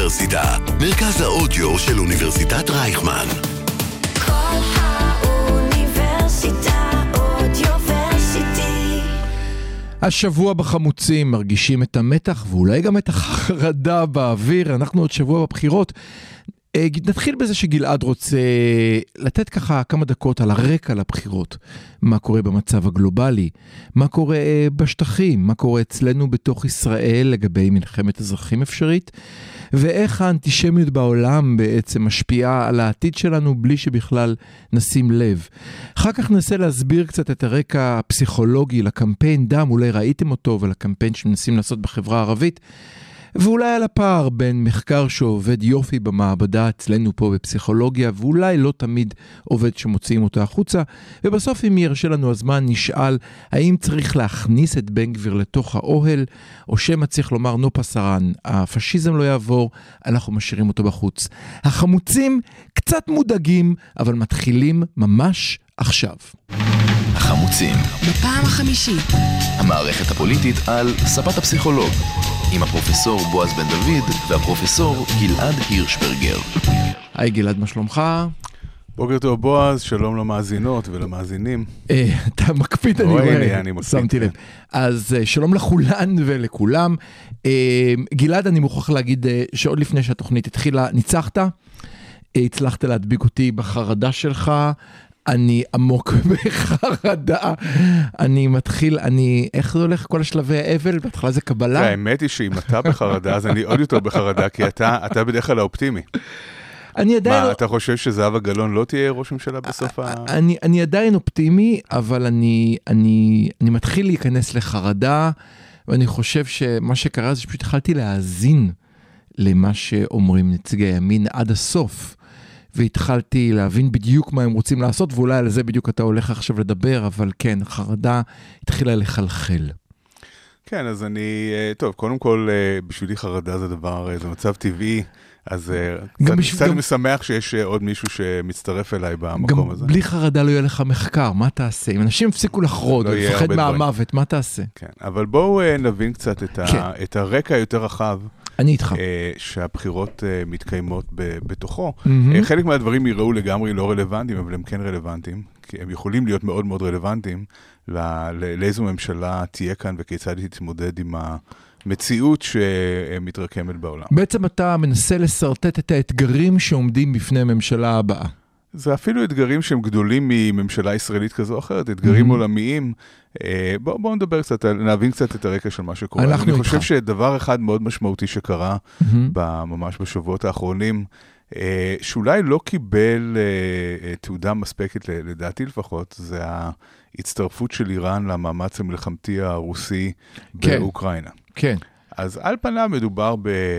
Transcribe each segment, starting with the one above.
האוניברסיטה, מרכז האודיו של אוניברסיטת רייכמן. כל האוניברסיטה אודיוורסיטי. השבוע בחמוצים מרגישים את המתח ואולי גם את החרדה באוויר. אנחנו עוד שבוע בבחירות. נתחיל בזה שגלעד רוצה לתת ככה כמה דקות על הרקע לבחירות. מה קורה במצב הגלובלי, מה קורה בשטחים, מה קורה אצלנו בתוך ישראל לגבי מלחמת אזרחים אפשרית, ואיך האנטישמיות בעולם בעצם משפיעה על העתיד שלנו בלי שבכלל נשים לב. אחר כך ננסה להסביר קצת את הרקע הפסיכולוגי לקמפיין דם, אולי ראיתם אותו, ולקמפיין שמנסים לעשות בחברה הערבית, ואולי על הפער בין מחקר שעובד יופי במעבדה אצלנו פה בפסיכולוגיה, ואולי לא תמיד עובד שמוציאים אותו החוצה, ובסוף אם ירשה לנו הזמן נשאל האם צריך להכניס את בן גביר לתוך האוהל, או שמה צריך לומר נו פסרן, הפשיזם לא יעבור, אנחנו משאירים אותו בחוץ. החמוצים קצת מודאגים, אבל מתחילים ממש עכשיו. החמוצים. בפעם החמישית. המערכת הפוליטית על ספת הפסיכולוג. עם הפרופסור בועז בן דוד והפרופסור גלעד הירשברגר. היי גלעד, מה שלומך? בוקר טוב בועז, שלום למאזינות ולמאזינים. אתה מקפיד, אני שמתי לב. אז שלום לכולן ולכולם. גלעד, אני מוכרח להגיד שעוד לפני שהתוכנית התחילה, ניצחת, הצלחת להדביק אותי בחרדה שלך, אני עמוק בחרדה, אני מתחיל, איך זה הולך כל השלבי האבל? בהתחלה זה קבלה? האמת היא שאם אתה בחרדה, אז אני עוד יותר בחרדה, כי אתה בדרך כלל האופטימי. מה, אתה חושב שזהבה גלאון לא תהיה ראש ממשלה בסוף אני עדיין אופטימי, אבל אני מתחיל להיכנס לחרדה, ואני חושב שמה שקרה זה שפשוט התחלתי להאזין למה שאומרים נציגי הימין עד הסוף, והתחלתי להבין בדיוק מה הם רוצים לעשות, ואולי על זה בדיוק אתה הולך עכשיו לדבר, אבל כן, חרדה התחילה לחלחל. כן, אז טוב, קודם כל, בשבילי חרדה זה דבר, זה מצב טבעי, אז קצת משמח שיש עוד מישהו שמצטרף אליי במקום הזה. גם בלי חרדה לא יהיה לך מחקר, מה תעשה? אם אנשים הפסיקו לחרוד, או לפחד מהמוות, מה תעשה? כן, אבל בואו נבין קצת את הרקע היותר רחב, אני איתך. שהבחירות מתקיימות בתוכו. חלק מהדברים יראו לגמרי לא רלוונטיים, אבל הם כן רלוונטיים, כי הם יכולים להיות מאוד מאוד רלוונטיים לאיזו ממשלה תהיה כאן וכיצד היא תתמודד עם המציאות שמתרקמת בעולם. בעצם אתה מנסה לסרטט את האתגרים שעומדים בפני הממשלה הבאה. זה אפילו אתגרים שהם גדולים מממשלה ישראלית כזו או אחרת, אתגרים עולמיים. בואו נדבר קצת, נבין קצת את הרקע של מה שקורה. אני חושב שדבר אחד מאוד משמעותי שקרה ממש בשבועות האחרונים, שאולי לא קיבל תעודה מספקת, לדעתי לפחות, זה ההצטרפות של איראן למאמץ המלחמתי הרוסי באוקראינה. כן. אז על פניו מדובר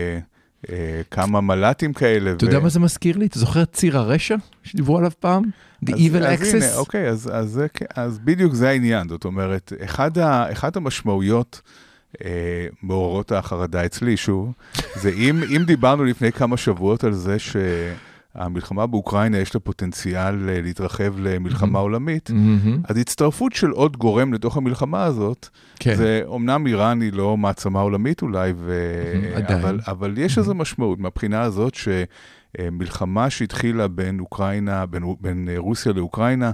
כמה מלטים כאלה. אתה יודע מה זה מזכיר לי? אתה זוכר ציר הרשע שדיברו עליו פעם? The Evil Access? אוקיי, אז בדיוק זה העניין. זאת אומרת, אחד המשמעויות מעוררות החרדה אצלי, שוב, זה אם דיברנו לפני כמה שבועות על זה שהמלחמה באוקראינה יש לה פוטנציאל להתרחב למלחמה עולמית, אז הצטרפות של עוד גורם לתוך המלחמה הזאת, זה אומנם איראן היא לא מעצמה עולמית אולי, אבל יש איזו משמעות מהבחינה הזאת שמלחמה שהתחילה בין רוסיה לאוקראינה,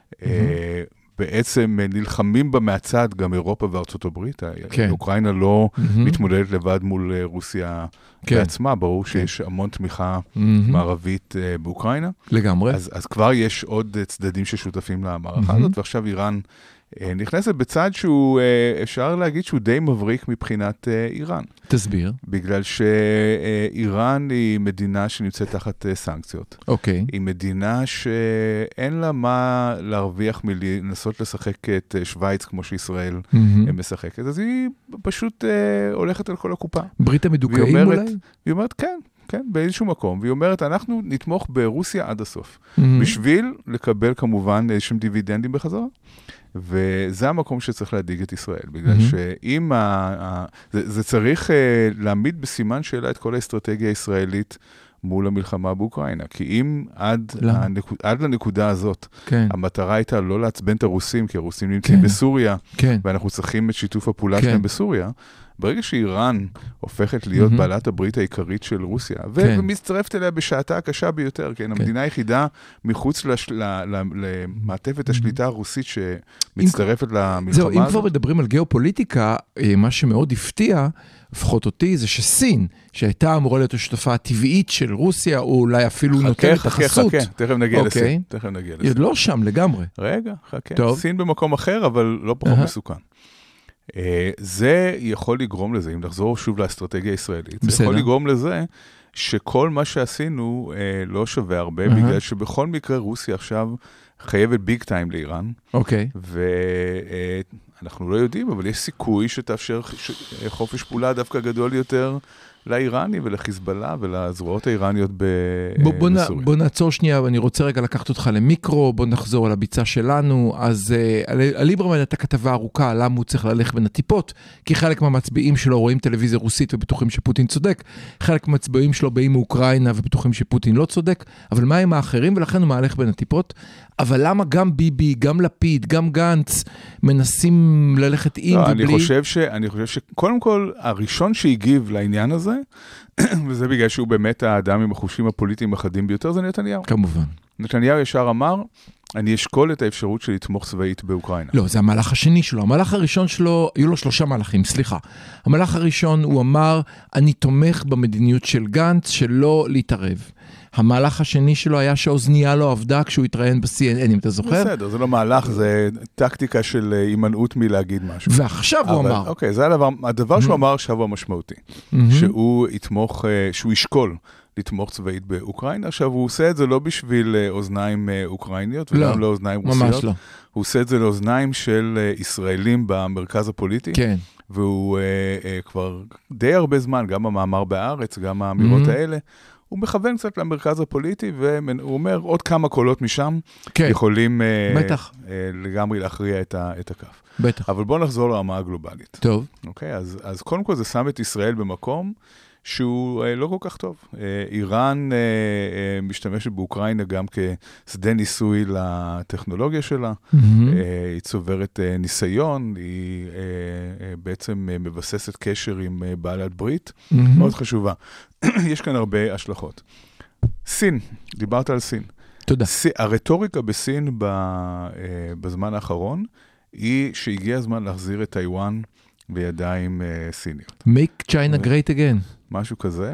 בעצם נלחמים בה מהצד גם אירופה וארצות הברית. אוקראינה לא מתמודדת לבד מול רוסיה בעצמה, ברור שיש המון תמיכה מערבית באוקראינה. לגמרי. אז כבר יש עוד צדדים ששותפים למערכה הזאת, ועכשיו איראן נכנסת בצד שהוא, אפשר להגיד שהוא די מבריק מבחינת איראן. תסביר. בגלל שאיראן היא מדינה שנמצאת תחת סנקציות. אוקיי. היא מדינה שאין לה מה להרוויח מלנסות לשחק את שוויץ כמו שישראל משחקת. אז היא פשוט הולכת על כל הקופה. ברית המדוכאים אולי? היא אומרת כן, באיזשהו מקום. והיא אומרת, אנחנו נתמוך ברוסיה עד הסוף. בשביל לקבל כמובן איזשהם דיבידנדים בחזרה. וזה המקום שצריך להדיג את ישראל, בגלל שאם זה צריך להעמיד בסימן שאלה את כל האסטרטגיה הישראלית מול המלחמה באוקראינה, כי אם עד לנקודה הזאת, המטרה הייתה לא לעצבן את הרוסים, כי הרוסים נמצאים בסוריה, ואנחנו צריכים את שיתוף הפעולה שלהם בסוריה, ברגע שאיראן הופכת להיות בעלת הברית העיקרית של רוסיה, ומצטרפת אליה בשעתה הקשה ביותר, כן, המדינה היחידה מחוץ למעטפת השליטה הרוסית שמצטרפת למלחמה. זהו, אם כבר מדברים על גיאופוליטיקה, מה שמאוד הפתיע, לפחות אותי, זה שסין, שהייתה אמורה להיות השותפה הטבעית של רוסיה, או אולי אפילו נותנת החסות. חכה, תכף נגיע לסין. היא עוד לא שם לגמרי. רגע, חכה. סין במקום אחר, אבל לא פחות מסוכן. זה יכול לגרום לזה, אם נחזור שוב לאסטרטגיה הישראלית, זה יכול לגרום לזה שכל מה שעשינו לא שווה הרבה, בגלל שבכל מקרה רוסיה עכשיו חייבת ביג טיים לאיראן. אוקיי. אנחנו לא יודעים, אבל יש סיכוי שתאפשר חופש פעולה דווקא גדול יותר לאיראני ולחיזבאללה ולזרועות האיראניות בסוריה. בוא נעצור שנייה, ואני רוצה רגע לקחת אותך למיקרו, בוא נחזור על הביצה שלנו. אז על ליברמן הייתה כתבה ארוכה, למה הוא צריך ללך בין הטיפות, כי חלק מהמצביעים שלו רואים טלוויזיה רוסית ובטוחים שפוטין צודק, חלק מהמצביעים שלו באים מאוקראינה ובטוחים שפוטין לא צודק, אבל מה עם האחרים? ולכן הוא מהלך בין הטיפות. אבל למה גם ביבי, גם לפיד, גם גנץ מנסים ללכת עם ובלי? אני חושב שקודם כל, הראשון שהגיב לעניין הזה, וזה בגלל שהוא באמת האדם עם החושים הפוליטיים החדים ביותר, זה נתניהו. כמובן. נתניהו ישר אמר, אני אשקול את האפשרות של לתמוך צבאית באוקראינה. לא, זה המהלך השני שלו. המהלך הראשון שלו, היו לו 3 מהלכים, סליחה. המהלך הראשון הוא אמר, אני תומך במדיניות של גנץ, שלא להתערב. המהלך השני שלו היה שהאוזנייה לא עבדה כשהוא התראיין ב-CNN, אם אתה זוכר? בסדר, זה לא מהלך, זה טקטיקה של הימנעות מלהגיד משהו. ועכשיו הוא אמר. אוקיי, זה הדבר שהוא אמר עכשיו הוא המשמעותי. שהוא יתמוך, שהוא ישקול לתמוך צבאית באוקראינה. עכשיו, הוא עושה את זה לא בשביל אוזניים אוקראיניות, וגם לא אוזניים רוסיות. ממש לא. הוא עושה את זה לאוזניים של ישראלים במרכז הפוליטי. כן. והוא כבר די הרבה זמן, גם המאמר בארץ, גם האמירות האלה, הוא מכוון קצת למרכז הפוליטי, והוא אומר, עוד כמה קולות משם יכולים לגמרי להכריע את הכף. בטח. אבל בואו נחזור לרמה הגלובלית. טוב. אוקיי, אז קודם כל זה שם את ישראל במקום שהוא לא כל כך טוב. איראן משתמשת באוקראינה גם כשדה ניסוי לטכנולוגיה שלה. היא צוברת ניסיון, היא בעצם מבססת קשר עם בעלת ברית. מאוד חשובה. יש כאן הרבה השלכות. סין, דיברת על סין. תודה. הרטוריקה בסין בזמן האחרון היא שהגיע הזמן להחזיר את טיואן בידיים סיניות. Make China great again. משהו כזה,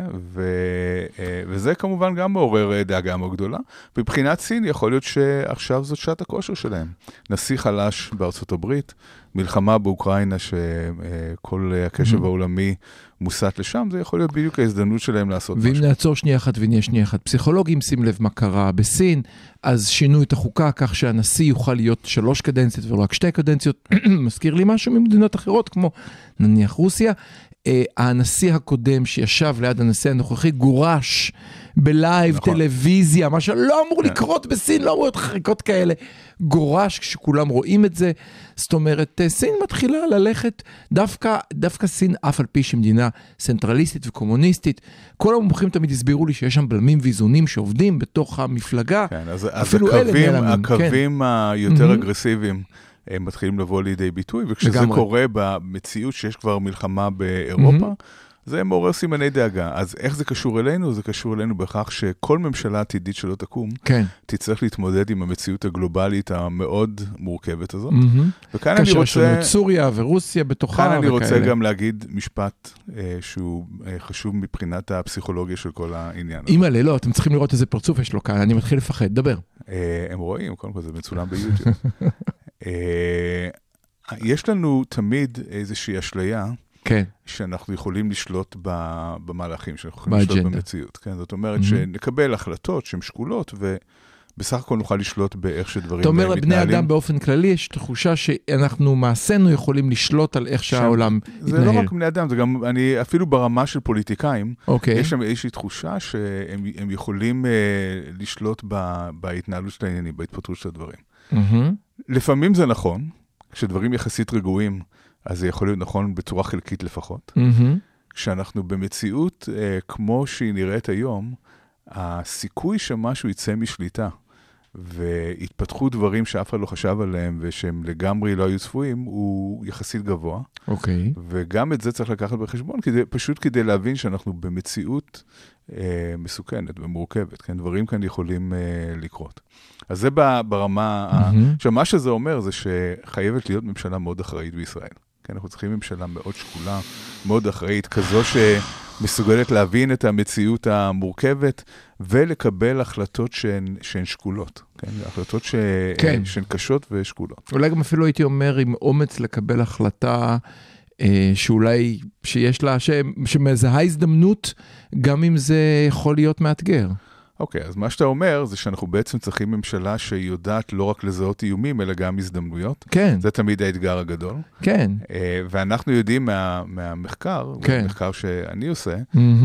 וזה כמובן גם מעורר דאגה מאוד גדולה. מבחינת סין יכול להיות שעכשיו זאת שעת הכושר שלהם. נשיא חלש בארצות הברית, מלחמה באוקראינה שכל הקשב העולמי מוסט לשם, זה יכול להיות בדיוק ההזדמנות שלהם לעשות משהו. ואם נעצור שנייה אחת ונהיה שנייה אחת, פסיכולוגים שים לב מה קרה בסין, אז שינו את החוקה כך שהנשיא יוכל להיות 3 קדנציות ולא רק 2 קדנציות, מזכיר לי משהו ממדינות אחרות כמו נניח רוסיה, הנשיא הקודם שישב ליד הנשיא הנוכחי גורש בלייב, טלוויזיה, מה שלא אמור לקרות בסין, לא אמור להיות חריקות כאלה, גורש כשכולם רואים את זה, זאת אומרת, סין מתחילה ללכת, דווקא סין אף על פי שמדינה סנטרליסטית וקומוניסטית, כל המומחים תמיד הסבירו לי שיש שם בלמים ואיזונים שעובדים בתוך המפלגה, אפילו הקווים היותר אגרסיביים, הם מתחילים לבוא לידי ביטוי, וכשזה קורה במציאות שיש כבר מלחמה באירופה, זה מעורר סימני דאגה. אז איך זה קשור אלינו? זה קשור אלינו בכך שכל ממשלה עתידית שלא תקום, תצטרך להתמודד עם המציאות הגלובלית המאוד מורכבת הזאת. וכאן אני רוצה... סוריה ורוסיה בתוכה כאן אני רוצה גם להגיד משפט שהוא חשוב מבחינת הפסיכולוגיה של כל העניין הזה. אימא'לה, לא, אתם צריכים לראות איזה פרצוף יש לו כאן, אני מתחיל לפחד, דבר. הם רואים, קודם כל זה מצולם ביוטיוב. יש לנו תמיד איזושהי אשליה, שאנחנו יכולים לשלוט במהלכים, שאנחנו יכולים לשלוט במציאות. זאת אומרת שנקבל החלטות שהן שקולות, ובסך הכל נוכל לשלוט באיך שדברים מתנהלים. אתה אומר לבני אדם באופן כללי, יש תחושה שאנחנו מעשינו יכולים לשלוט על איך שהעולם מתנהל. זה לא רק בני אדם, זה גם, אפילו ברמה של פוליטיקאים, יש שם איזושהי תחושה שהם יכולים לשלוט בהתנהלות של העניינים, בהתפתחות של הדברים. לפעמים זה נכון, כשדברים יחסית רגועים, אז זה יכול להיות נכון בצורה חלקית לפחות. כשאנחנו במציאות, כמו שהיא נראית היום, הסיכוי שמשהו יצא משליטה, והתפתחו דברים שאף אחד לא חשב עליהם, ושהם לגמרי לא היו צפויים, הוא יחסית גבוה. אוקיי. וגם את זה צריך לקחת בחשבון, פשוט כדי להבין שאנחנו במציאות מסוכנת ומורכבת, כן? דברים כאן יכולים לקרות. אז זה ברמה, עכשיו מה שזה אומר זה שחייבת להיות ממשלה מאוד אחראית בישראל. כן, אנחנו צריכים ממשלה מאוד שקולה, מאוד אחראית, כזו שמסוגלת להבין את המציאות המורכבת, ולקבל החלטות שהן שקולות. כן, החלטות שהן קשות ושקולות. אולי גם אפילו הייתי אומר עם אומץ לקבל החלטה שאולי, שיש לה, שמזהה הזדמנות, גם אם זה יכול להיות מאתגר. אוקיי, אז מה שאתה אומר זה שאנחנו בעצם צריכים ממשלה שיודעת לא רק לזהות איומים, אלא גם הזדמנויות. כן. זה תמיד האתגר הגדול. כן. ואנחנו יודעים מהמחקר, המחקר שאני עושה,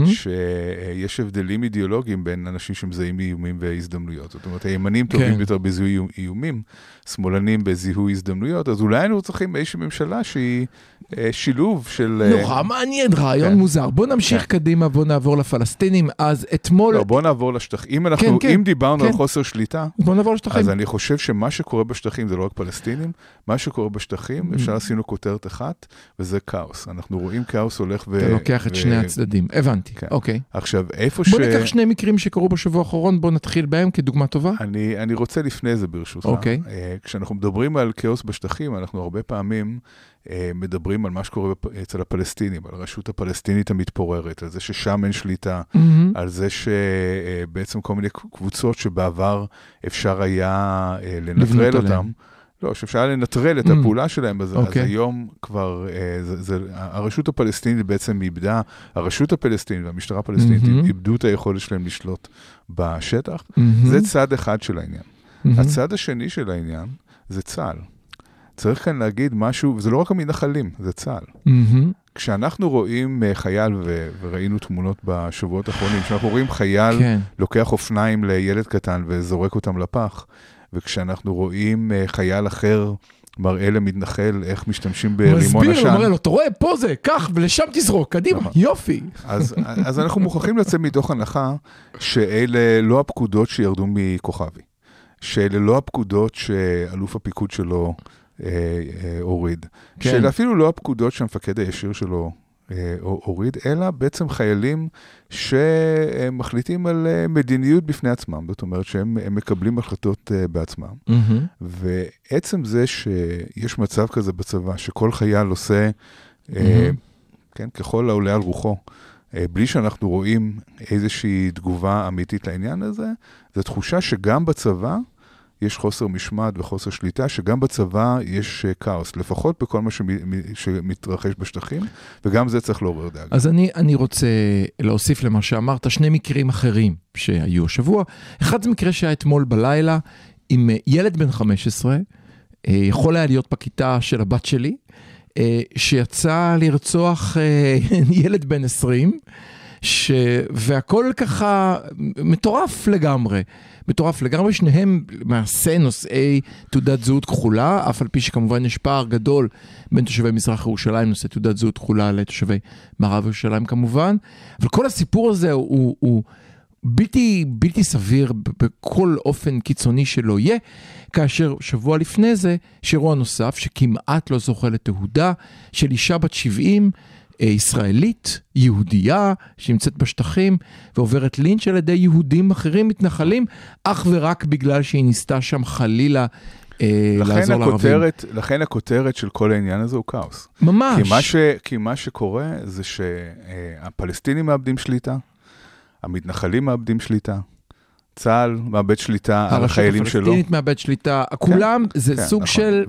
שיש הבדלים אידיאולוגיים בין אנשים שמזהים איומים והזדמנויות. זאת אומרת, הימנים טובים יותר בזיהוי איומים, שמאלנים בזיהוי הזדמנויות, אז אולי היינו צריכים איזושהי ממשלה שהיא שילוב של... נורא מעניין, רעיון מוזר. בוא נמשיך קדימה, בוא נעבור לפלסטינים. אז אתמול... לא, בוא נעבור לשטחים. אם דיברנו על חוסר שליטה, בוא נעבור לשטחים. אז אני חושב שמה שקורה בשטחים זה לא רק פלסטינים, מה שקורה בשטחים, אפשר עשינו כותרת אחת, וזה כאוס. אנחנו רואים כאוס הולך אתה לוקח את שני הצדדים. הבנתי, אוקיי. עכשיו, איפה בוא ניקח שני מקרים שקרו בשבוע האחרון, בוא נתחיל בהם כדוגמה טובה. אני רוצה לפני זה ברשותך. כשאנחנו מדברים על כאוס בשטחים, אנחנו הרבה פעמים מדברים על מה שקורה אצל הפלסטינים, על הרשות הפלסטינית המתפוררת, על זה ששם אין שליטה, על זה שבעצם כל מיני קבוצות שבעבר אפשר היה לנטרל אותם, לא, שאפשר היה לנטרל את הפעולה שלהם, אז היום כבר, הרשות הפלסטינית בעצם איבדה, הרשות הפלסטינית והמשטרה הפלסטינית איבדו את היכולת שלהם לשלוט בשטח, זה צד אחד של העניין. הצד השני של העניין זה צה"ל. צריך כאן להגיד משהו, וזה לא רק המתנחלים, זה צה"ל. כשאנחנו רואים חייל, וראינו תמונות בשבועות האחרונים, כשאנחנו רואים חייל לוקח אופניים לילד קטן וזורק אותם לפח, וכשאנחנו רואים חייל אחר מראה למתנחל איך משתמשים ברימון עשן. מסביר, מראה לו, אתה רואה, פה זה, כך, ולשם תזרוק, קדימה, יופי. אז אנחנו מוכרחים לצאת מתוך הנחה, שאלה לא הפקודות שירדו מכוכבי. שאלה לא הפקודות שאלוף הפיקוד שלו הוריד. שאלה אפילו לא הפקודות שהמפקד הישיר שלו הוריד, אלא בעצם חיילים שמחליטים על מדיניות בפני עצמם. זאת אומרת שהם מקבלים החלטות בעצמם. ועצם זה שיש מצב כזה בצבא, שכל חייל עושה, ככל העולה על רוחו, בלי שאנחנו רואים איזושהי תגובה אמיתית לעניין הזה, זו תחושה שגם בצבא יש חוסר משמעת וחוסר שליטה, שגם בצבא יש כאוס, לפחות בכל מה שמתרחש בשטחים, וגם זה צריך לעורר דאגה. אז אני רוצה להוסיף למה שאמרת, שני מקרים אחרים שהיו השבוע. אחד זה מקרה שהיה אתמול בלילה, עם ילד בן 15, יכול היה להיות בכיתה של הבת שלי, שיצא לרצוח ילד בן 20, והכל ככה מטורף לגמרי. מטורף לגמרי, שניהם מעשה נושאי תעודת זהות כחולה, אף על פי שכמובן יש פער גדול בין תושבי מזרח ירושלים, נושא תעודת זהות כחולה לתושבי מערב ירושלים כמובן, אבל כל הסיפור הזה הוא בלתי סביר בכל אופן קיצוני שלא יהיה, כאשר שבוע לפני זה, אירוע נוסף שכמעט לא זוכה לתהודה, של אישה בת 70, ישראלית, יהודייה, שנמצאת בשטחים, ועוברת לינץ' על ידי יהודים אחרים מתנחלים, אך ורק בגלל שהיא ניסתה שם חלילה לעזור לערבים. לכן הכותרת של כל העניין הזה הוא כאוס. ממש. כי מה שקורה זה שהפלסטינים מאבדים שליטה, המתנחלים מאבדים שליטה, צה"ל מאבד שליטה על החיילים שלו. הרשות הפלסטינית מאבד שליטה, כולם זה סוג של...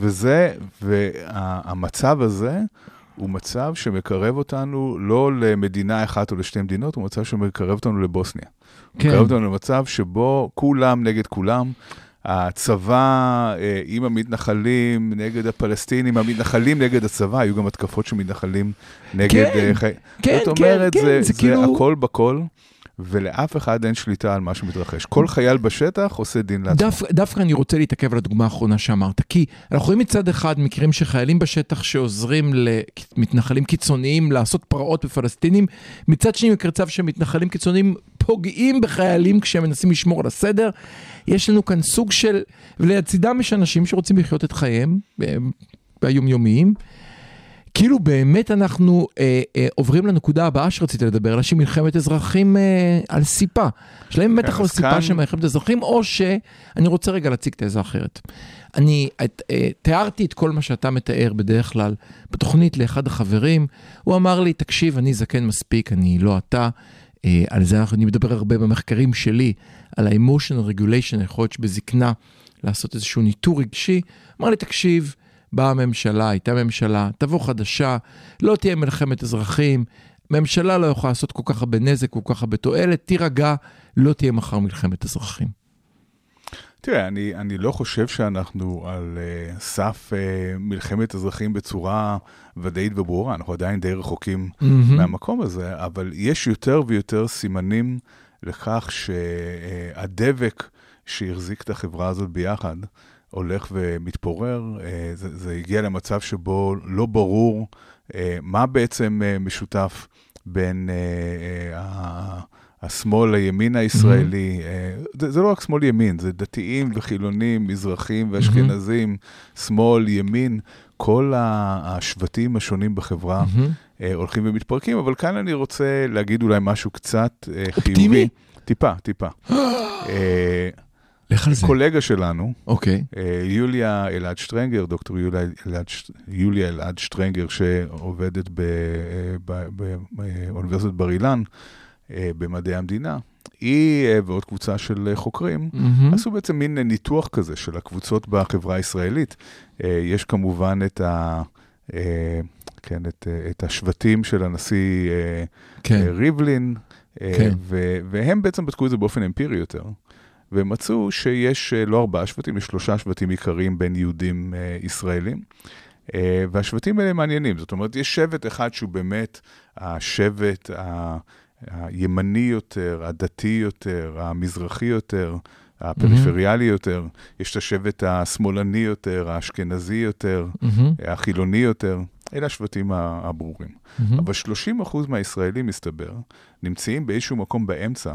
והמצב הזה הוא מצב שמקרב אותנו לא למדינה אחת או לשתי מדינות, הוא מצב שמקרב אותנו לבוסניה. הוא מקרב אותנו למצב שבו כולם נגד כולם, הצבא עם המתנחלים נגד הפלסטינים, המתנחלים נגד הצבא, היו גם התקפות של מתנחלים נגד... זאת אומרת, זה הכל בכל, ולאף אחד אין שליטה על מה שמתרחש. כל חייל בשטח עושה דין לעצמו. דווקא אני רוצה להתעכב על הדוגמה האחרונה שאמרת, כי אנחנו רואים מצד אחד מקרים שחיילים בשטח שעוזרים למתנחלים קיצוניים לעשות פרעות בפלסטינים, מצד שני מקרצב שמתנחלים קיצוניים פוגעים בחיילים כשהם מנסים לשמור על הסדר. יש לנו כאן סוג של, ולצידם יש אנשים שרוצים לחיות את חייהם ביומיומיים, כאילו באמת אנחנו עוברים לנקודה הבאה שרציתי לדבר, עליה שהיא מלחמת אזרחים על סיפה. יש להם מתח על סיפה של מלחמת אזרחים, או שאני רוצה רגע להציג תזה אחרת. אני תיארתי את כל מה שאתה מתאר בדרך כלל בתוכנית לאחד החברים, הוא אמר לי, תקשיב, אני זקן מספיק, אני לא אתה, על זה אני מדבר הרבה במחקרים שלי, על ה-emotional regulation, יכול להיות שבזקנה לעשות איזשהו ניטור רגשי, אמר לי, תקשיב, באה הממשלה, הייתה ממשלה, תבוא חדשה, לא תהיה מלחמת אזרחים, ממשלה לא יכולה לעשות כל כך הרבה נזק, כל כך הרבה תועלת, תירגע, לא תהיה מחר מלחמת אזרחים. תראה, אני לא חושב שאנחנו על סף מלחמת אזרחים בצורה ודאית וברורה, אנחנו עדיין די רחוקים מהמקום הזה, אבל יש יותר ויותר סימנים לכך שהדבק שהחזיק את החברה הזאת ביחד, הולך ומתפורר, זה הגיע למצב שבו לא ברור מה בעצם משותף בין השמאל לימין הישראלי, זה לא רק שמאל ימין, זה דתיים וחילונים, מזרחים ואשכנזים, שמאל, ימין, כל השבטים השונים בחברה הולכים ומתפרקים, אבל כאן אני רוצה להגיד אולי משהו קצת חיובי. טיפה. קולגה שלנו, יוליה אלעד שטרנגר, דוקטור יוליה אלעד שטרנגר, שעובדת באוניברסיטת בר אילן, במדעי המדינה, היא ועוד קבוצה של חוקרים, עשו בעצם מין ניתוח כזה של הקבוצות בחברה הישראלית. יש כמובן את השבטים של הנשיא ריבלין, והם בעצם בדקו את זה באופן אמפירי יותר. ומצאו שיש לא 4 שבטים, יש 3 שבטים עיקריים בין יהודים ישראלים, והשבטים האלה מעניינים. זאת אומרת, יש שבט אחד שהוא באמת השבט הימני יותר, הדתי יותר, המזרחי יותר, הפריפריאלי יותר, יש את השבט השמאלני יותר, האשכנזי יותר, החילוני יותר, אלה השבטים הברורים. אבל 30% מהישראלים, מסתבר, נמצאים באיזשהו מקום באמצע,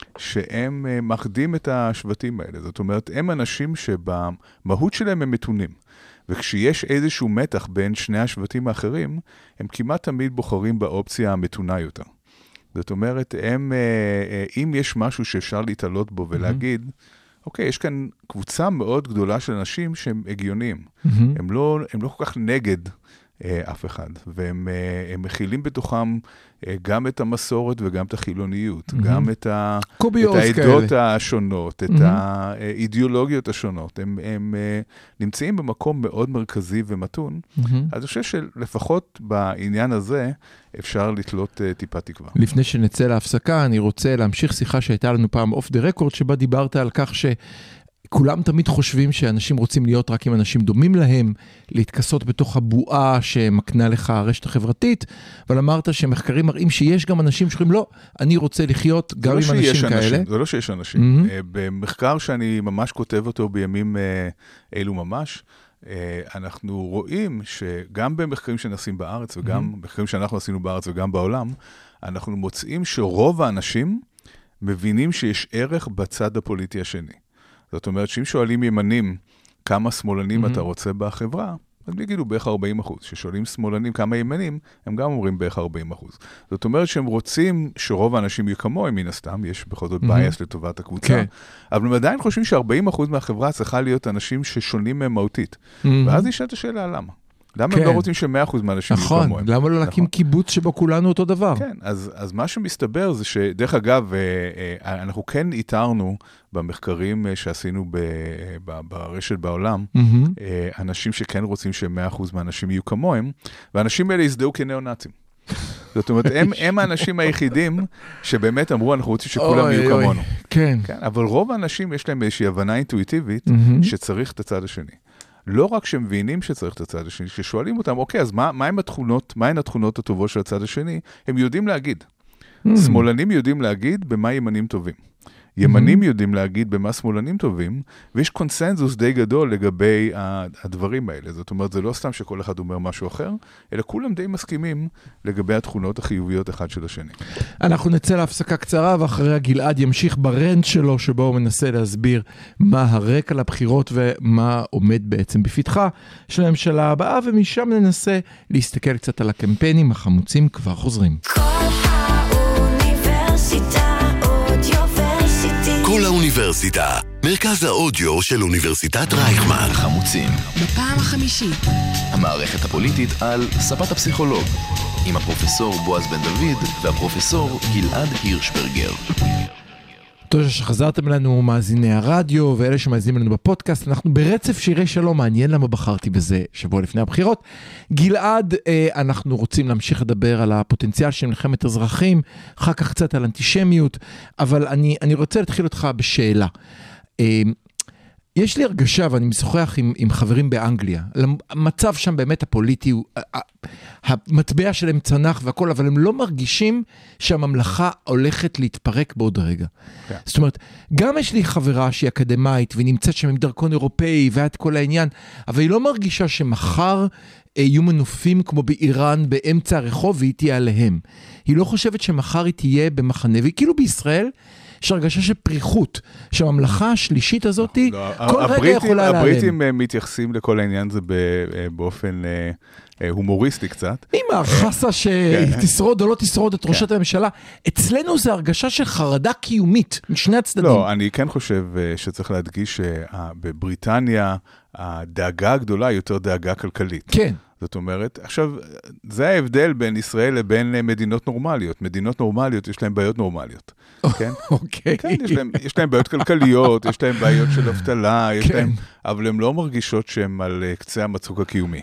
שהם מאחדים את השבטים האלה. זאת אומרת, הם אנשים שבמהות שלהם הם מתונים. וכשיש איזשהו מתח בין שני השבטים האחרים, הם כמעט תמיד בוחרים באופציה המתונה יותר. זאת אומרת, אם יש משהו שאפשר להתעלות בו ולהגיד, אוקיי, יש כאן קבוצה מאוד גדולה של אנשים שהם הגיוניים. הם לא כל כך נגד אף אחד, והם מכילים בתוכם גם את המסורת וגם את החילוניות, גם את העדות השונות, את האידיאולוגיות השונות. הם נמצאים במקום מאוד מרכזי ומתון, אז אני חושב שלפחות בעניין הזה אפשר לתלות טיפה תקווה. לפני שנצא להפסקה, אני רוצה להמשיך שיחה שהייתה לנו פעם אוף דה רקורד, שבה דיברת על כך כולם תמיד חושבים שאנשים רוצים להיות רק עם אנשים דומים להם, להתכסות בתוך הבועה שמקנה לך הרשת החברתית, אבל אמרת שמחקרים מראים שיש גם אנשים שאומרים, לא, אני רוצה לחיות גם עם אנשים כאלה. זה לא שיש אנשים. במחקר שאני ממש כותב אותו בימים אלו ממש, אנחנו רואים שגם במחקרים שנעשים בארץ, וגם במחקרים שאנחנו עשינו בארץ וגם בעולם, אנחנו מוצאים שרוב האנשים מבינים שיש ערך בצד הפוליטי השני. זאת אומרת, שאם שואלים ימנים כמה שמאלנים אתה רוצה בחברה, הם יגידו בערך 40%. ששואלים שמאלנים כמה ימנים, הם גם אומרים בערך 40%. זאת אומרת שהם רוצים שרוב האנשים יהיו כמוהם, מן הסתם, יש בכל זאת בייס לטובת הקבוצה, אבל הם עדיין חושבים ש40% מהחברה צריכה להיות אנשים ששונים מהם מהותית. ואז נשאלת השאלה, למה? למה הם לא רוצים ש100% מהאנשים יהיו כמוהם? נכון, למה לא להקים קיבוץ שבו כולנו אותו דבר? כן, אז מה שמסתבר זה שדרך אגב, אנחנו כן איתרנו במחקרים שעשינו ברשת בעולם, אנשים שכן רוצים ש100% מהאנשים יהיו כמוהם, והאנשים האלה יזדהו כניאו-נאצים. זאת אומרת, הם האנשים היחידים שבאמת אמרו, אנחנו רוצים שכולם יהיו כמונו. כן. אבל רוב האנשים יש להם איזושהי הבנה אינטואיטיבית שצריך את הצד השני. לא רק שהם מבינים שצריך את הצד השני, כששואלים אותם, אוקיי, אז מהן התכונות הטובות של הצד השני? הם יודעים להגיד. שמאלנים יודעים להגיד במה ימנים טובים. ימנים יודעים להגיד במה שמאלנים טובים, ויש קונסנזוס די גדול לגבי הדברים האלה. זאת אומרת, זה לא סתם שכל אחד אומר משהו אחר, אלא כולם די מסכימים לגבי התכונות החיוביות אחד של השני. אנחנו נצא להפסקה קצרה, ואחריה גלעד ימשיך ברנט שלו, שבו הוא מנסה להסביר מה הרקע לבחירות ומה עומד בעצם בפתחה של הממשלה הבאה, ומשם ננסה להסתכל קצת על הקמפיינים החמוצים. כבר חוזרים. כל האוניברסיטה, מרכז האודיו של אוניברסיטת רייכמן. חמוצים, בפעם החמישית. המערכת הפוליטית על ספת הפסיכולוג, עם הפרופסור בועז בן דוד והפרופסור גלעד הירשברגר. תודה שחזרתם לנו מאזיני הרדיו ואלה שמאזינים לנו בפודקאסט. אנחנו ברצף שירי שלום, מעניין למה בחרתי בזה שבוע לפני הבחירות. גלעד, אנחנו רוצים להמשיך לדבר על הפוטנציאל של מלחמת אזרחים, אחר כך קצת על אנטישמיות, אבל אני רוצה להתחיל אותך בשאלה. יש לי הרגשה, ואני משוחח עם חברים באנגליה, המצב שם באמת הפוליטי, המטבע שלהם צנח והכל, אבל הם לא מרגישים שהממלכה הולכת להתפרק בעוד רגע. כן. זאת אומרת, גם יש לי חברה שהיא אקדמאית, והיא נמצאת שם עם דרכון אירופאי, ואת כל העניין, אבל היא לא מרגישה שמחר יהיו מנופים כמו באיראן באמצע הרחוב, והיא תהיה עליהם. היא לא חושבת שמחר היא תהיה במחנה, והיא כאילו בישראל, יש הרגשה של פריחות, שהממלכה השלישית הזאת, כל רגע יכולה להיעלם. הבריטים מתייחסים לכל העניין הזה באופן הומוריסטי קצת. עם החסה שתשרוד או לא תשרוד את ראשת הממשלה, אצלנו זה הרגשה של חרדה קיומית, משני הצדדים. לא, אני כן חושב שצריך להדגיש שבבריטניה, הדאגה הגדולה היא יותר דאגה כלכלית. כן. זאת אומרת, עכשיו, זה ההבדל בין ישראל לבין מדינות נורמליות. מדינות נורמליות, יש להן בעיות נורמליות. כן? אוקיי. כן, יש להן בעיות כלכליות, יש להן בעיות של אבטלה, אבל הן לא מרגישות שהן על קצה המצוק הקיומי.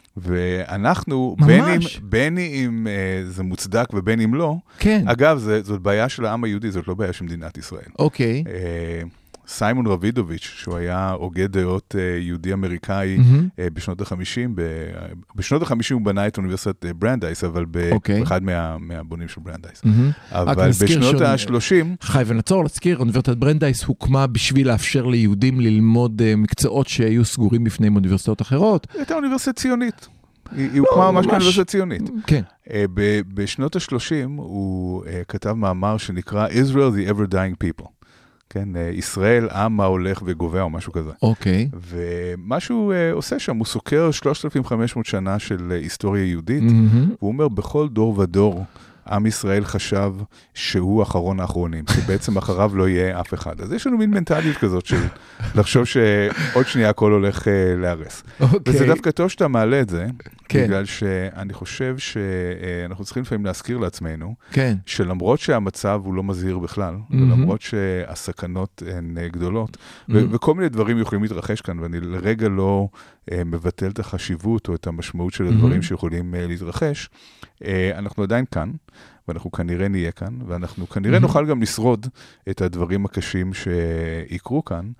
ואנחנו, בין אם זה מוצדק ובין אם לא, אגב, זאת בעיה של העם היהודי, זאת לא בעיה של מדינת ישראל. אוקיי. סיימון רבידוביץ', שהוא היה הוגה דעות יהודי אמריקאי בשנות ה-50, בשנות ה-50 הוא בנה את אוניברסיטת ברנדייס, אבל באחד מהבונים של ברנדייס. אבל בשנות ה-30... חי ונצור להזכיר, אוניברסיטת ברנדייס הוקמה בשביל לאפשר ליהודים ללמוד מקצועות שהיו סגורים בפני אוניברסיטאות אחרות. הייתה אוניברסיטת ציונית. היא הוקמה ממש כאוניברסיטת ציונית. כן. בשנות ה-30 הוא כתב מאמר שנקרא Israel the ever dying people. כן, ישראל, עם ההולך וגובע או משהו כזה. אוקיי. ומה שהוא עושה שם, הוא סוקר 3,500 שנה של היסטוריה יהודית, והוא אומר, בכל דור ודור, עם ישראל חשב שהוא אחרון האחרונים, שבעצם אחריו לא יהיה אף אחד. אז יש לנו מין מנטליות כזאת של לחשוב שעוד שנייה הכל הולך להרס. וזה דווקא טוב שאתה מעלה את זה, בגלל שאני חושב שאנחנו צריכים לפעמים להזכיר לעצמנו, שלמרות שהמצב הוא לא מזהיר בכלל, ולמרות שהסכנות הן גדולות, וכל מיני דברים יכולים להתרחש כאן, ואני לרגע לא מבטל את החשיבות או את המשמעות של הדברים שיכולים להתרחש, אנחנו עדיין כאן, ואנחנו כנראה נהיה כאן, ואנחנו כנראה נוכל גם לשרוד את הדברים הקשים שיקרו כאן,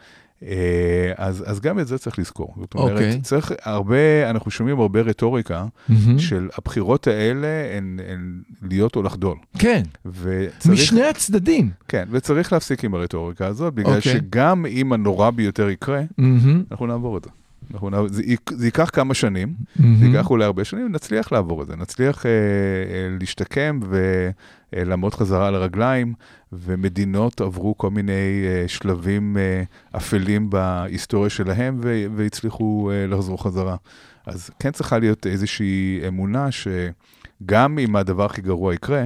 אז גם את זה צריך לזכור. זאת אומרת, צריך הרבה, אנחנו שומעים הרבה רטוריקה, של הבחירות האלה הן להיות או לחדול. כן, משני הצדדים. כן, וצריך להפסיק עם הרטוריקה הזאת, בגלל שגם אם הנורא ביותר יקרה, אנחנו נעבור את זה. זה ייקח כמה שנים, זה ייקח אולי הרבה שנים, נצליח לעבור את זה, נצליח להשתקם ולעמוד חזרה על הרגליים, ומדינות עברו כל מיני שלבים אפלים בהיסטוריה שלהם, והצליחו לחזור חזרה. אז כן צריכה להיות איזושהי אמונה שגם אם הדבר הכי גרוע יקרה,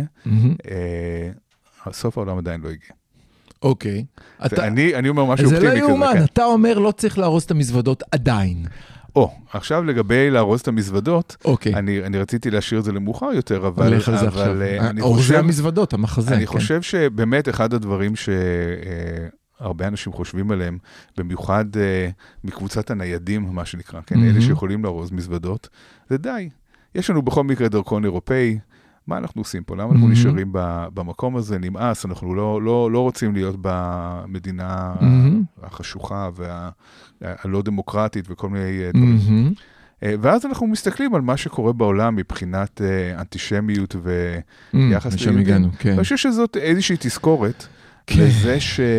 סוף העולם עדיין לא הגיע. אוקיי. אני אומר משהו אופטימי כזה. זה לא יאומן, אתה אומר לא צריך להרוס את המזוודות עדיין. עכשיו לגבי להרוס את המזוודות, אני רציתי להשאיר את זה למאוחר יותר, אבל אורזי המזוודות, המחזה. אני חושב שבאמת אחד הדברים שהרבה אנשים חושבים עליהם, במיוחד מקבוצת הניידים, מה שנקרא, אלה שיכולים להרוז מזוודות, זה די. יש לנו בכל מקרה דרכון אירופאי, מה אנחנו עושים פה? למה אנחנו נשארים במקום הזה? נמאס, אנחנו לא רוצים להיות במדינה החשוכה והלא דמוקרטית וכל מיני דברים. ואז אנחנו מסתכלים על מה שקורה בעולם מבחינת אנטישמיות ויחס ליהודים. אני חושב שזאת איזושהי תזכורת לזה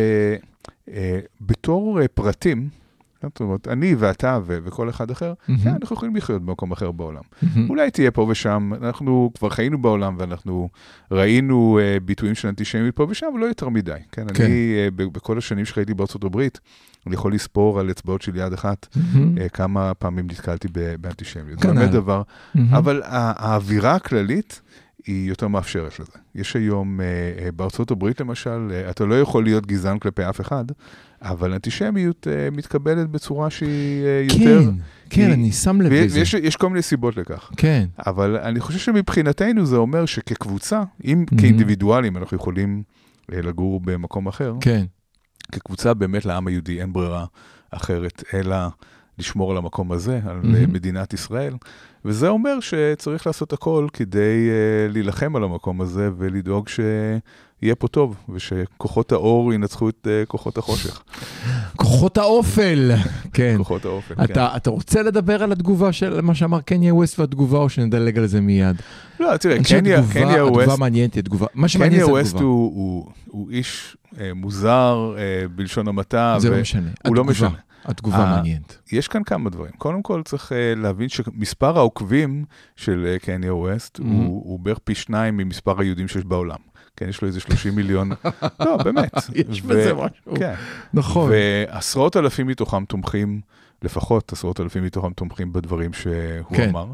שבתור פרטים, זאת אומרת, אני ואתה וכל אחד אחר, אנחנו יכולים לחיות במקום אחר בעולם. אולי תהיה פה ושם, אנחנו כבר חיינו בעולם, ואנחנו ראינו ביטויים של אנטישמיות פה ושם, ולא יותר מדי. אני, בכל השנים שחייתי בארצות הברית, אני יכול לספור על אצבעות של יד אחת, כמה פעמים נתקלתי באנטישמיות. זה באמת דבר, אבל האווירה הכללית, היא יותר מאפשרת לזה. יש היום, בארצות הברית למשל, אתה לא יכול להיות גזען כלפי אף אחד, אבל אנטישמיות מתקבלת בצורה שהיא יותר... כן, אני שם לב לזה. ויש כל מיני סיבות לכך. כן. אבל אני חושב שמבחינתנו זה אומר שכקבוצה, אם כאינדיבידואלים אנחנו יכולים לגור במקום אחר, כן. כקבוצה באמת לעם היהודי אין ברירה אחרת, אלא לשמור על המקום הזה, על מדינת ישראל. וזה אומר שצריך לעשות הכל כדי להילחם על המקום הזה, ולדאוג שיהיה פה טוב, ושכוחות האור ינצחו את כוחות החושך. כוחות האופל, כן. כוחות האופל, כן. אתה רוצה לדבר על התגובה של מה שאמר קניה ווסט והתגובה, או שנדלג על זה מיד? לא, תראה, קניה ווסט... התגובה מעניינת, התגובה. מה שמעניין זה התגובה. קניה ווסט הוא איש מוזר בלשון המעטה. זה לא משנה. הוא לא משנה. התגובה מעניינת. יש כאן כמה דברים. קודם כל צריך להבין שמספר העוקבים של קניה ווסט הוא בערך פי 2 ממספר היהודים שיש בעולם. כן, יש לו איזה 30 מיליון. לא, באמת. יש בזה משהו. כן. נכון. ועשרות אלפים מתוכם תומכים, לפחות עשרות אלפים מתוכם תומכים בדברים שהוא אמר.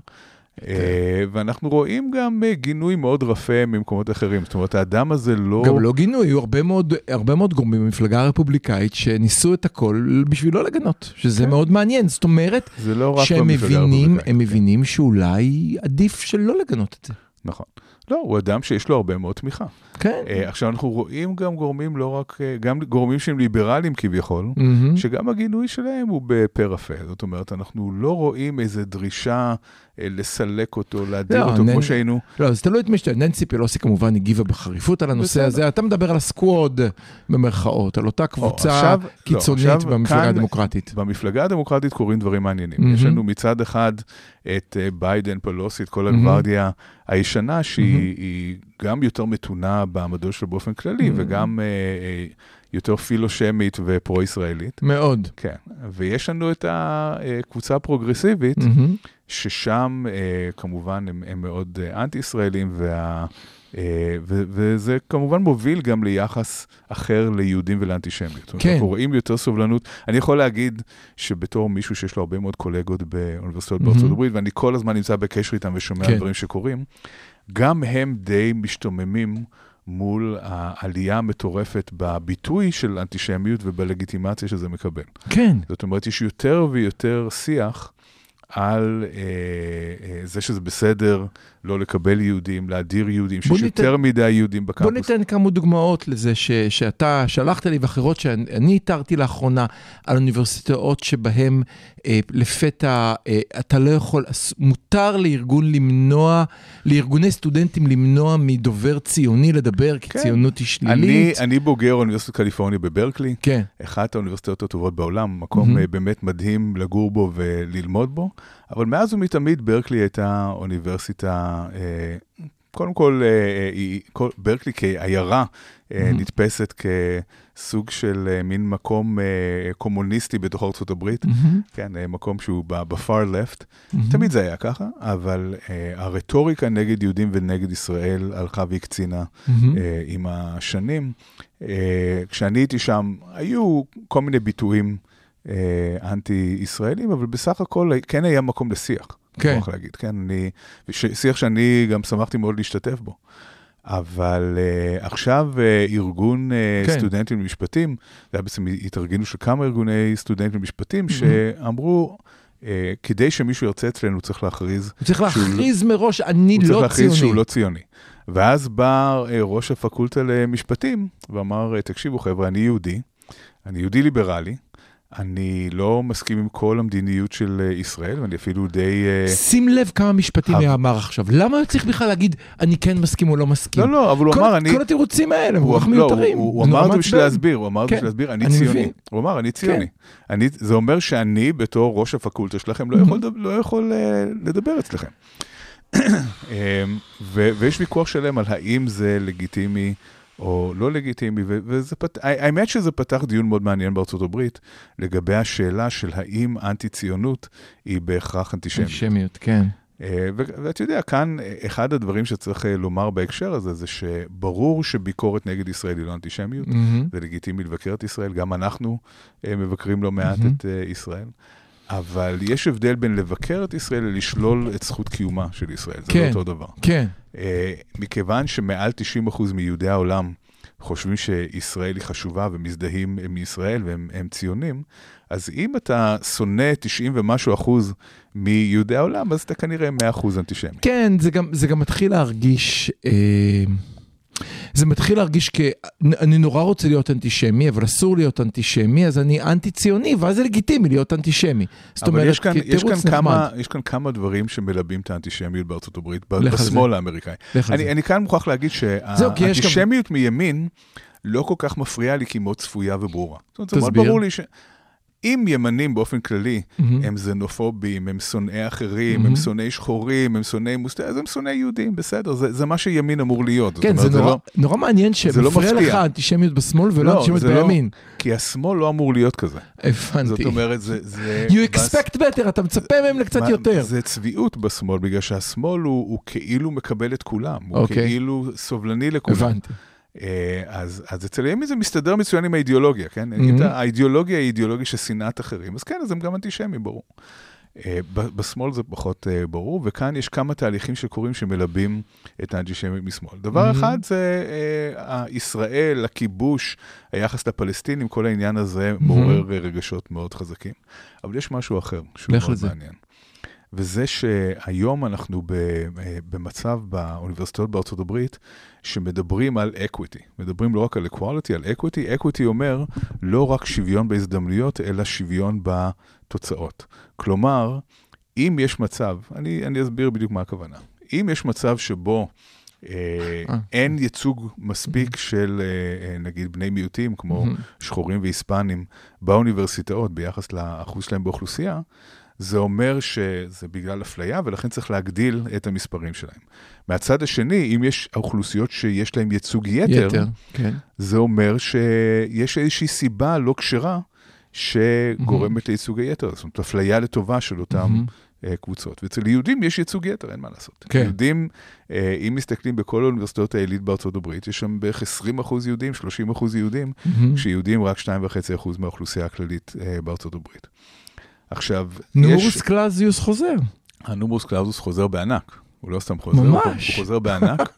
ואנחנו רואים גם גינוי מאוד רפה ממקומות אחרים. זאת אומרת, האדם הזה לא... גם לא גינוי, היו הרבה מאוד גורמים במפלגה הרפובליקאית שניסו את הכל בשביל לא לגנות, שזה מאוד מעניין. זאת אומרת, שהם מבינים שאולי עדיף שלא לגנות את זה. נכון. לא, הוא אדם שיש לו הרבה מאוד תמיכה. כן. עכשיו אנחנו רואים גם גורמים, לא רק, גם גורמים שהם ליברליים כביכול, שגם הגינוי שלהם הוא בפה רפה. זאת אומרת, אנחנו לא רואים איזו דרישה לסלק אותו, להדיר אותו, כמו שהיינו. לא, זה תלוי את מי שאתה, ננסי פלוסי כמובן הגיבה בחריפות על הנושא הזה. אתה מדבר על הסקווד במרכאות, על אותה קבוצה קיצונית במפלגה הדמוקרטית. במפלגה הדמוקרטית קוראים דברים מעניינים. יש לנו מצד אחד את ביידן, פלוסי, את כל הגוורדיה הישנה, שהיא גם יותר מתונה בעמדו שלו באופן כללי, וגם יותר פילושמית ופרו-ישראלית. מאוד. כן. ויש לנו את הקבוצה הפרוגרסיבית, ששם כמובן הם מאוד אנטי-ישראלים, וזה כמובן מוביל גם ליחס אחר ליהודים ולאנטישמיות. כן. אנחנו רואים יותר סובלנות. אני יכול להגיד שבתור מישהו שיש לו הרבה מאוד קולגות באוניברסיטאות בארצות הברית, ואני כל הזמן נמצא בקשר איתם ושומע על דברים שקורים, גם הם די משתוממים מול העלייה המטורפת בביטוי של אנטישמיות ובלגיטימציה שזה מקבל. כן. זאת אומרת, יש יותר ויותר שיח על זה שזה בסדר לא לקבל יהודים, להדיר יהודים, שיש יותר מדי יהודים בקמפוס. בוא ניתן כמה דוגמאות לזה שאתה שלחת לי ואחרות שאני איתרתי לאחרונה על אוניברסיטאות שבהם לפתע אתה לא יכול, מותר לארגוני סטודנטים למנוע מדובר ציוני לדבר, כי ציונות היא שלילית. אני בוגר אוניברסיטת קליפורניה בברקלי, כן. אחת האוניברסיטאות הטובות בעולם, מקום באמת מדהים לגור בו וללמוד בו, אבל מאז ומתמיד ברקלי הייתה אוניברסיטה, קודם כל, ברקלי כעיירה נתפסת כסוג של מין מקום קומוניסטי בתוך ארצות הברית, כן, מקום שהוא בפאר לפט, תמיד זה היה ככה, אבל הרטוריקה נגד יהודים ונגד ישראל הלכה והקצינה עם השנים. כשאני הייתי שם, היו כל מיני ביטויים אנטי-ישראלים, אבל בסך הכל כן היה מקום לשיח. כן. אני להגיד, כן, שיח שאני גם שמחתי מאוד להשתתף בו. אבל עכשיו ארגון סטודנטים למשפטים, זה היה בעצם התארגנו של כמה ארגוני סטודנטים למשפטים, שאמרו, כדי שמישהו ירצה אצלנו, צריך להכריז. הוא צריך להכריז מראש, אני לא ציוני. הוא צריך להכריז שהוא לא ציוני. ואז בא ראש הפקולטה למשפטים, ואמר, תקשיבו חבר'ה, אני יהודי ליברלי, אני לא מסכים עם כל המדיניות של ישראל, ואני אפילו די... שים לב כמה משפטים אמר עכשיו. למה הוא צריך בכלל להגיד, אני כן מסכים או לא מסכים? לא, אבל הוא אמר, אני... כל התירוצים האלה, הם כל כך מיותרים. הוא אמר את זה בשביל להסביר, אני ציוני. הוא אמר, אני ציוני. זה אומר שאני, בתור ראש הפקולטה שלכם, לא יכול לדבר אצלכם. ויש ויכוח שלם על האם זה לגיטימי או לא לגיטימי, והאמת שזה פתח דיון מאוד מעניין בארצות הברית, לגבי השאלה של האם אנטי-ציונות היא בהכרח אנטישמיות. אנטישמיות, כן. ואתה יודע, כאן אחד הדברים שצריך לומר בהקשר הזה, זה שברור שביקורת נגד ישראל היא לא אנטישמיות, זה לגיטימי לבקר את ישראל, גם אנחנו מבקרים לא מעט את ישראל, אבל יש הבדל בין לבקר את ישראל לשלול את זכות קיומה של ישראל, זה לא אותו דבר. כן. מכיוון שמעל 90% מיהודי העולם חושבים שישראל היא חשובה ומזדהים מישראל והם ציונים, אז אם אתה שונא 90 ומשהו אחוז מיהודי העולם, אז אתה כנראה 100% אנטישמי. כן, זה גם מתחיל להרגיש... זה מתחיל להרגיש אני נורא רוצה להיות אנטישמי, אבל אסור להיות אנטישמי, אז אני אנטי-ציוני, ואז זה לגיטימי להיות אנטישמי. אבל יש כאן כמה דברים שמלבים את האנטישמיות בארצות הברית, בשמאל האמריקאי. אני כאן מוכרח להגיד שהאנטישמיות מימין לא כל כך מפריעה לי, כי מאוד צפויה וברורה. זאת אומרת, ברור לי אם ימנים באופן כללי, הם זנופובים, הם שונאי אחרים, הם שונאי שחורים, הם שונאי מוסטר, אז הם שונאי יהודים, בסדר, זה מה שימין אמור להיות. כן, זה נורא מעניין שמפריע לך אנטישמיות בשמאל ולא אנטישמיות בימין. כי השמאל לא אמור להיות כזה. הבנתי. זאת אומרת, You expect better, אתה מצפה מהם לקצת יותר. זה צביעות בשמאל, בגלל שהשמאל הוא כאילו מקבל את כולם, הוא כאילו סובלני לכולם. הבנתי. אז אצל הימין זה מסתדר מצוין עם האידיאולוגיה, כן? האידיאולוגיה היא אידיאולוגיה של שנאת אחרים, אז כן, אז הם גם אנטישמים, ברור. בשמאל זה פחות ברור, וכאן יש כמה תהליכים שקורים שמלבים את האנטישמים משמאל. דבר אחד זה ישראל, הכיבוש, היחס לפלסטינים, כל העניין הזה מעורר רגשות מאוד חזקים. אבל יש משהו אחר שהוא מאוד מעניין. וזה שהיום אנחנו במצב באוניברסיטאות בארצות הברית, שמדברים על equity. מדברים לא רק על equality, על equity. equity אומר לא רק שוויון בהזדמנויות, אלא שוויון בתוצאות. כלומר, אם יש מצב, אני אסביר בדיוק מה הכוונה. אם יש מצב שבו אין ייצוג מספיק של נגיד בני מיעוטים, כמו שחורים והיספנים, באוניברסיטאות ביחס לאחוז שלהם באוכלוסייה, זה אומר שזה בגלל אפליה, ולכן צריך להגדיל את המספרים שלהם. מהצד השני, אם יש האוכלוסיות שיש להם ייצוג יתר, כן. זה אומר שיש איזושהי סיבה לא כשרה, שגורמת לייצוג היתר. זאת אומרת, אפליה לטובה של אותם קבוצות. ואצל יהודים יש ייצוג יתר, אין מה לעשות. כן. יהודים, אם מסתכלים בכל האוניברסיטאות העילית בארצות הברית, יש שם בערך 20% יהודים, 30% יהודים, כשיהודים רק 2.5% מהאוכלוסייה הכללית בארצות הברית. עכשיו, נומרוס קלאוזיוס חוזר. הנומרוס קלאוזיוס חוזר בענק. הוא לא סתם חוזר, ממש. הוא חוזר בענק.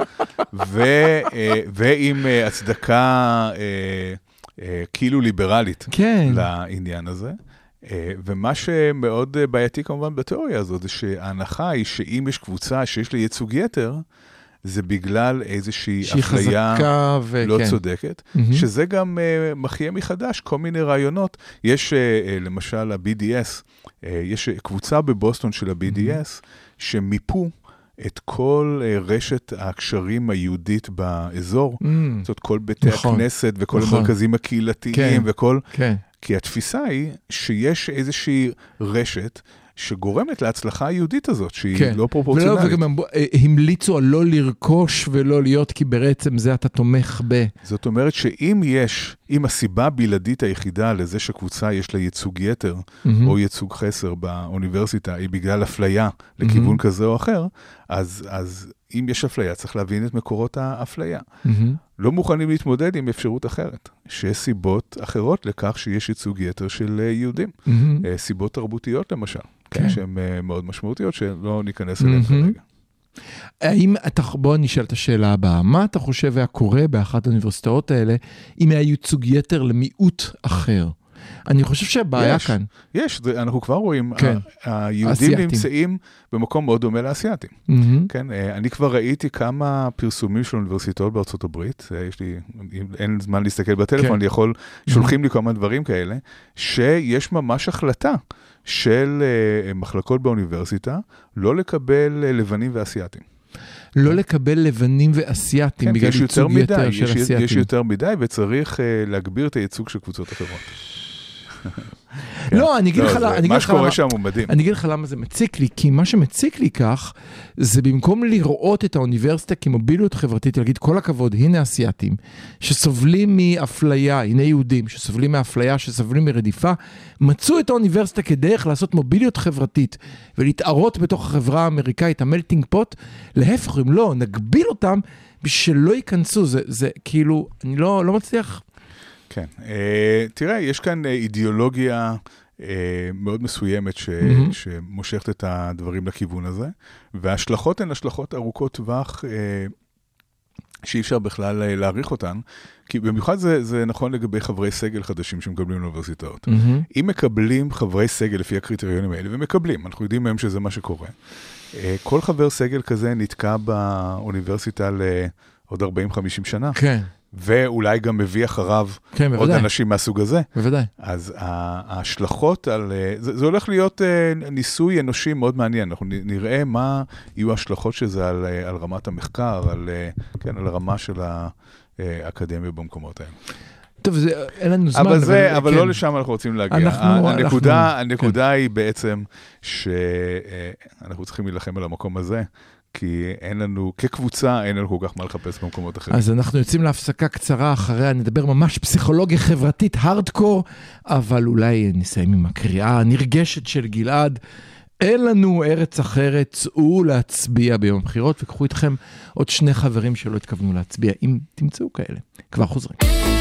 ועם הצדקה כאילו ליברלית לעניין הזה. ומה שמאוד בעייתי כמובן בתיאוריה הזאת, זה שההנחה היא שאם יש קבוצה שיש לה ייצוג יתר, זה בגלל איזושהי אפליה לא צודקת, שזה גם מחיה מחדש כל מיני רעיונות. יש למשל ה-BDS, יש קבוצה בבוסטון של ה-BDS, שמיפו את כל רשת הקשרים היהודית באזור, זאת אומרת, כל בתי הכנסת וכל המרכזים הקהילתיים וכל... כי התפיסה היא שיש איזושהי רשת שגורמת להצלחה היהודית הזאת, שהיא לא פרופורציונלית. וגם המליצו על לא לרכוש ולא להיות, כי בעצם זה אתה תומך ב... זאת אומרת אם הסיבה הבלעדית היחידה לזה שקבוצה יש לה ייצוג יתר, או ייצוג חסר באוניברסיטה, היא בגלל אפליה לכיוון כזה או אחר, אז אם יש אפליה, צריך להבין את מקורות האפליה. לא מוכנים להתמודד עם אפשרות אחרת, שיש סיבות אחרות לכך שיש ייצוג יתר של יהודים. סיבות תרבותיות למשל, שהן מאוד משמעותיות, שלא ניכנס אליהן כרגע. בוא נשאל את השאלה הבאה, מה אתה חושב היה קורה באחת האוניברסיטאות האלה, אם היה ייצוג יתר למיעוט אחר? אני חושב שהבעיה יש, כאן. יש, אנחנו כבר רואים, כן. היהודים אסיאטים. נמצאים במקום מאוד דומה לאסייתים. מהמם. כן, אני כבר ראיתי כמה פרסומים של אוניברסיטאות בארצות הברית, אין זמן להסתכל בטלפון, כן. אני יכול, שולחים לי כל מיני דברים כאלה, שיש ממש החלטה של מחלקות באוניברסיטה, לא לקבל לבנים ואסייתים. לא לקבל לבנים ואסייתים, כן, בגלל יש יותר ייצוג יתר מדי, של יש אסייתים. יותר מדי, וצריך להגביר את הייצוג של קבוצות אחרות. לא, אני אגיד לך למה. מה שקורה שם הוא מדהים. אני אגיד לך למה זה מציק לי, כי מה שמציק לי כך, זה במקום לראות את האוניברסיטה כמוביליות חברתית, להגיד כל הכבוד, הנה אסייתים, שסובלים מאפליה, הנה יהודים, שסובלים מאפליה, שסובלים מרדיפה, מצאו את האוניברסיטה כדרך לעשות מוביליות חברתית, ולהתערות בתוך החברה האמריקאית, המלטינג פוט, להפך, אם לא, נגביל אותם, בשביל שלא ייכנסו, זה כאילו, אני לא מצליח. כן, תראה, יש כאן אידיאולוגיה מאוד מסוימת שמושכת את הדברים לכיוון הזה, וההשלכות הן השלכות ארוכות טווח שאי אפשר בכלל להעריך אותן, כי במיוחד זה נכון לגבי חברי סגל חדשים שמקבלים לאוניברסיטאות. אם מקבלים חברי סגל לפי הקריטריונים האלה, ומקבלים, אנחנו יודעים מהם שזה מה שקורה, כל חבר סגל כזה נתקע באוניברסיטה לעוד 40-50 שנה. כן. ואולי גם מביא אחריו כן, עוד אנשים מהסוג הזה. בוודאי. אז ההשלכות על... זה הולך להיות ניסוי אנושי מאוד מעניין. אנחנו נראה מה יהיו ההשלכות של זה על רמת המחקר, על הרמה של האקדמיה במקומות האלה. טוב, אין לנו זמן. אבל לא לשם אנחנו רוצים להגיע. הנקודה היא בעצם שאנחנו צריכים להילחם על המקום הזה, כי אין לנו, כקבוצה, אין לנו כל כך מה לחפש במקומות אחרים. אז אנחנו יוצאים להפסקה קצרה, אחריה נדבר ממש פסיכולוגיה חברתית, הארדקור, אבל אולי נסיים עם הקריאה הנרגשת של גלעד. אין לנו ארץ אחרת, צאו להצביע ביום הבחירות, וקחו איתכם עוד 2 חברים שלא התכוונו להצביע, אם תמצאו כאלה. כבר חוזרים.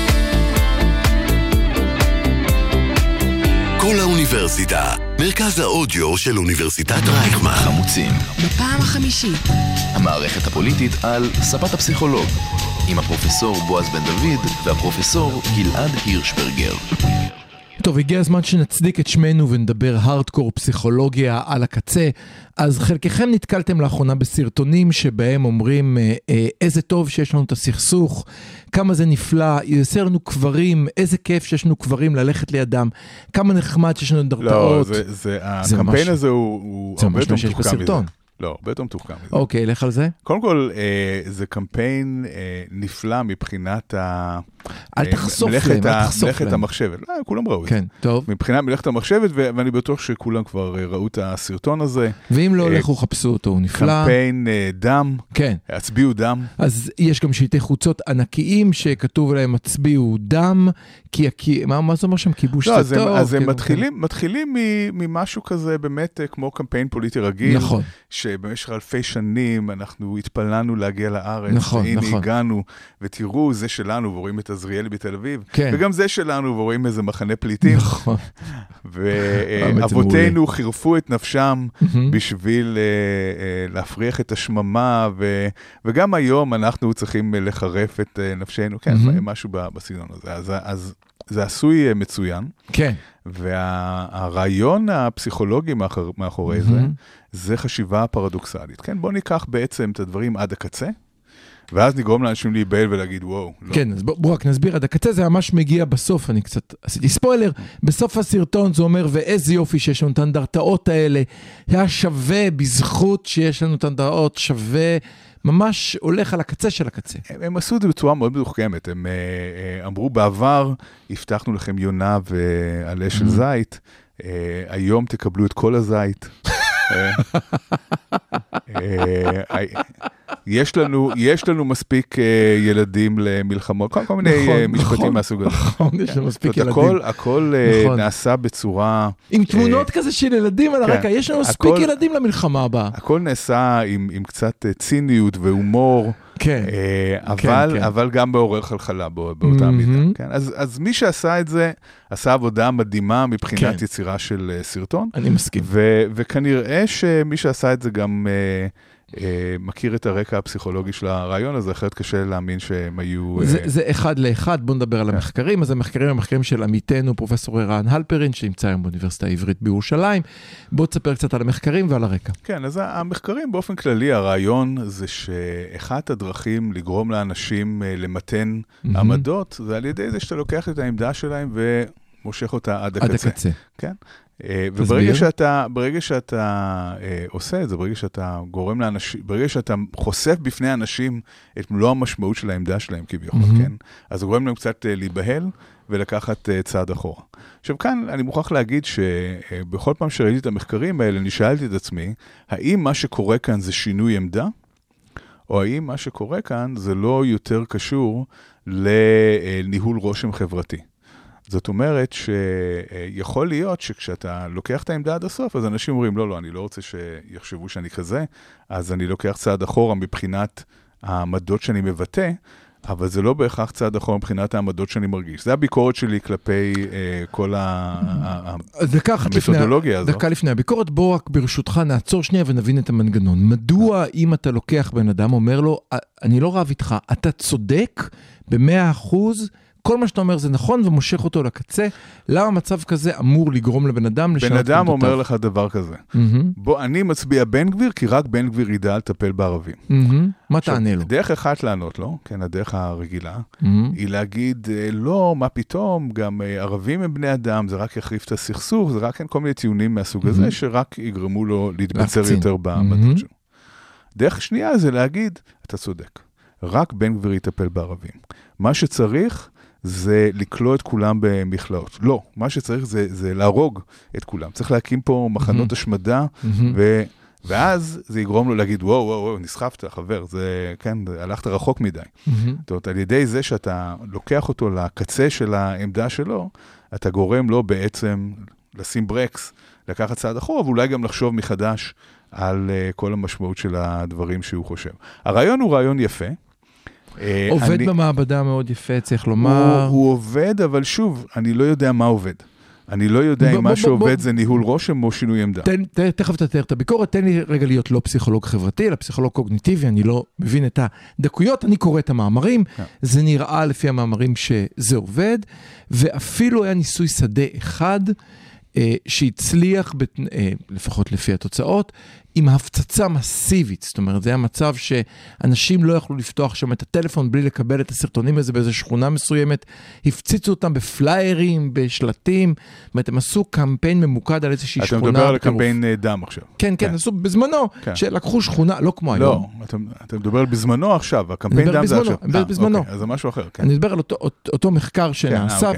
כל האוניברסיטה, מרכז האודיו של אוניברסיטת רייכמן. חמוצים, בפעם החמישית. המערכת הפוליטית על ספת הפסיכולוג, עם הפרופסור בועז בן דוד והפרופסור גלעד הירשברגר. טוב, הגיע הזמן שנצדיק את שמנו ונדבר הארדקור פסיכולוגיה על הקצה. אז חלקכם נתקלתם לאחרונה בסרטונים שבהם אומרים איזה טוב שיש לנו את הסכסוך, כמה זה נפלא, יעשה לנו קברים, איזה כיף שיש לנו קברים ללכת לידם, כמה נחמד שיש לנו דרטאות. לא, הקמפיין הזה הוא הרבה יותר מתוחכם מזה. לא, הרבה יותר מתוחכם מזה. אוקיי, לך על זה. קודם כל, זה קמפיין נפלא מבחינת אל תחשוף להם, אל תחשוף להם. מלאכת המחשבת. לא, כולם ראו את זה. כן, טוב. מבחינת מלאכת המחשבת, ואני בטוח שכולם כבר ראו את הסרטון הזה. ואם לא, לכו חפשו אותו, הוא נפלא. קמפיין דם. כן. הצביעו דם. אז יש גם שלטי חוצות ענקיים שכתוב להם הצביעו דם, כי מה זה אומר שם? כיבוש זה טוב? אז הם מתחילים ממשהו כזה באמת כמו קמפיין פוליטי רגיל. נכון. שבמשך אלפי שנים אנחנו התפללנו להגיע לארץ. נכון, והנה נכון. הגענו, ותראו, זה שלנו, ורואים את עזריאלי בתל אביב. כן. וגם זה שלנו, ורואים איזה מחנה פליטים. נכון. ואבותינו חירפו את נפשם בשביל להפריח את השממה, וגם היום אנחנו צריכים לחרף את נפשנו. כן, משהו בסגנון הזה. אז זה עשוי מצוין. כן. והרעיון הפסיכולוגי מאחורי זה, זה חשיבה פרדוקסלית. כן, בוא ניקח בעצם את הדברים עד הקצה, ואז נגרום לאנשים להיבהל ולהגיד, וואו. לא. כן, אז בואו רק נסביר עד הקצה, זה ממש מגיע בסוף, אני קצת עשיתי ספוילר, בסוף הסרטון זה אומר, ואיזה יופי שיש לנו את האנדרטאות האלה, היה שווה בזכות שיש לנו את האנדרטאות, שווה, ממש הולך על הקצה של הקצה. הם עשו את זה בצורה מאוד מתוחכמת, הם אמרו בעבר, הבטחנו לכם יונה ועלה של זית, היום תקבלו את כל הזית. יש לנו מספיק ילדים למלחמות, כל מיני משפטים מהסוג הזה. נכון, יש לנו מספיק ילדים. הכל נעשה בצורה... עם תמונות כזה של ילדים על הרקע, יש לנו מספיק ילדים למלחמה הבאה. הכל נעשה עם קצת ציניות והומור, אבל גם בעורר חלחלה באותה מידה. אז מי שעשה את זה, עשה עבודה מדהימה מבחינת יצירה של סרטון. אני מסכים. וכנראה שמי שעשה את זה גם מכיר את הרקע הפסיכולוגי של הרעיון הזה, אחרת קשה להאמין שהם היו... זה אחד לאחד, בוא נדבר על המחקרים. אז המחקרים של עמיתנו, פרופסור ערן הלפרין, שנמצא היום באוניברסיטה העברית בירושלים. בוא תספר קצת על המחקרים ועל הרקע. כן, אז המחקרים באופן כללי, הרעיון זה שאחת הדרכים לגרום לאנשים למתן עמדות, זה על ידי זה שאתה לוקח את העמדה שלהם ומושך אותה עד הקצה. כן? וברגע שאתה עושה את זה, ברגע שאתה גורם לאנשים, ברגע שאתה חושף בפני אנשים את מלוא המשמעות של העמדה שלהם כביכול, כן? אז זה גורם להם קצת להיבהל ולקחת צעד אחורה. עכשיו כאן אני מוכרח להגיד שבכל פעם שראיתי את המחקרים האלה, אני שאלתי את עצמי, האם מה שקורה כאן זה שינוי עמדה? או האם מה שקורה כאן זה לא יותר קשור לניהול רושם חברתי? זאת אומרת שיכול להיות שכשאתה לוקח את העמדה עד הסוף, אז אנשים אומרים, לא, אני לא רוצה שיחשבו שאני כזה, אז אני לוקח צעד אחורה מבחינת העמדות שאני מבטא, אבל זה לא בהכרח צעד אחורה מבחינת העמדות שאני מרגיש. זה הביקורת שלי כלפי כל המתודולוגיה הזו. דקה לפני הביקורת, בוא רק ברשותך נעצור שנייה ונבין את המנגנון. מדוע אם אתה לוקח בן אדם, אומר לו, אני לא רב איתך, אתה צודק ב100%, כל מה שאתה אומר זה נכון ומושך אותו לקצה, למה מצב כזה אמור לגרום לבן אדם לשנות עמדותיו? בן אדם אומר לך דבר כזה, בוא, אני מצביע בן גביר, כי רק בן גביר ידע לטפל בערבים. מה תענה לו? דרך אחת לענות לו, כן, הדרך הרגילה, היא להגיד, לא, מה פתאום, גם ערבים הם בני אדם, זה רק יחריף את הסכסוך, זה רק אין כל מיני טיעונים מהסוג הזה, שרק יגרמו לו להתבצר יותר בעמדות שלו. דרך שנייה זה להגיד, אתה צודק, רק בן גביר יטפל בערבים. מה שצריך זה לקלוא את כולם במכלאות. לא, מה שצריך זה להרוג את כולם. צריך להקים פה מחנות השמדה, ואז זה יגרום לו להגיד, וואו, נסחפת, חבר, זה, כן, הלכת רחוק מדי. זאת אומרת, על ידי זה שאתה לוקח אותו לקצה של העמדה שלו, אתה גורם לו בעצם לשים ברקס, לקחת צעד אחורה, ואולי גם לחשוב מחדש על כל המשמעות של הדברים שהוא חושב. הרעיון הוא רעיון יפה, עובד במעבדה מאוד יפה, צריך לומר. הוא עובד, אבל שוב, אני לא יודע מה עובד. אני לא יודע אם מה שעובד זה ניהול רושם או שינוי עמדה. תכף תתאר את הביקורת, תן לי רגע להיות לא פסיכולוג חברתי, אלא פסיכולוג קוגניטיבי, אני לא מבין את הדקויות, אני קורא את המאמרים, זה נראה לפי המאמרים שזה עובד, ואפילו היה ניסוי שדה אחד, שהצליח, לפחות לפי התוצאות, עם הפצצה מסיבית. זאת אומרת, זה היה מצב שאנשים לא יכלו לפתוח שם את הטלפון בלי לקבל את הסרטונים הזה באיזו שכונה מסוימת, הפציצו אותם בפליירים, בשלטים, זאת אומרת, הם עשו קמפיין ממוקד על איזושהי שכונה. אתה מדבר על קמפיין דם עכשיו. כן, עשו בזמנו, שלקחו שכונה, לא כמו היום. לא, אתה מדבר על בזמנו עכשיו, הקמפיין דם זה עכשיו. בזמנו. אז זה משהו אחר. אני מדבר על אותו מחקר שנעשה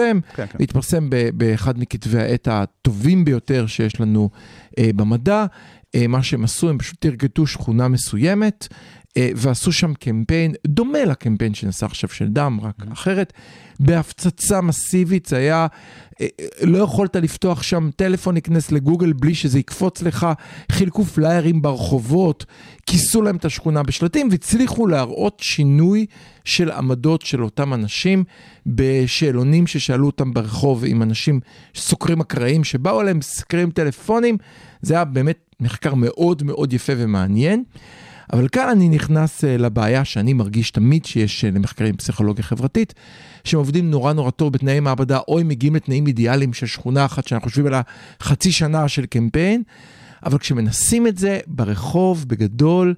והתפרסם באחד מכתבי העת הטובים ביותר שיש לנו במדע. מה שהם עשו, הם פשוט תרגטו שכונה מסוימת, ועשו שם קמפיין, דומה לקמפיין שנעשה עכשיו של דם, רק אחרת, בהפצצה מסיבית, זה היה, לא יכולת לפתוח שם טלפון, להיכנס לגוגל בלי שזה יקפוץ לך, חילקו פליירים ברחובות, כיסו להם את השכונה בשלטים, והצליחו להראות שינוי של עמדות של אותם אנשים, בשאלונים ששאלו אותם ברחוב, עם אנשים סוקרים אקראיים, שבאו עליהם סקרים טלפונים, זה היה באמת מחקר מאוד מאוד יפה ומעניין, אבל כאן אני נכנס לבעיה שאני מרגיש תמיד שיש למחקרים פסיכולוגיה חברתית, שהם עובדים נורא טוב בתנאי מעבדה, או הם מגיעים לתנאים אידיאליים של שכונה אחת, שאנחנו חושבים עליה חצי שנה של קמפיין, אבל כשמנסים את זה ברחוב, בגדול,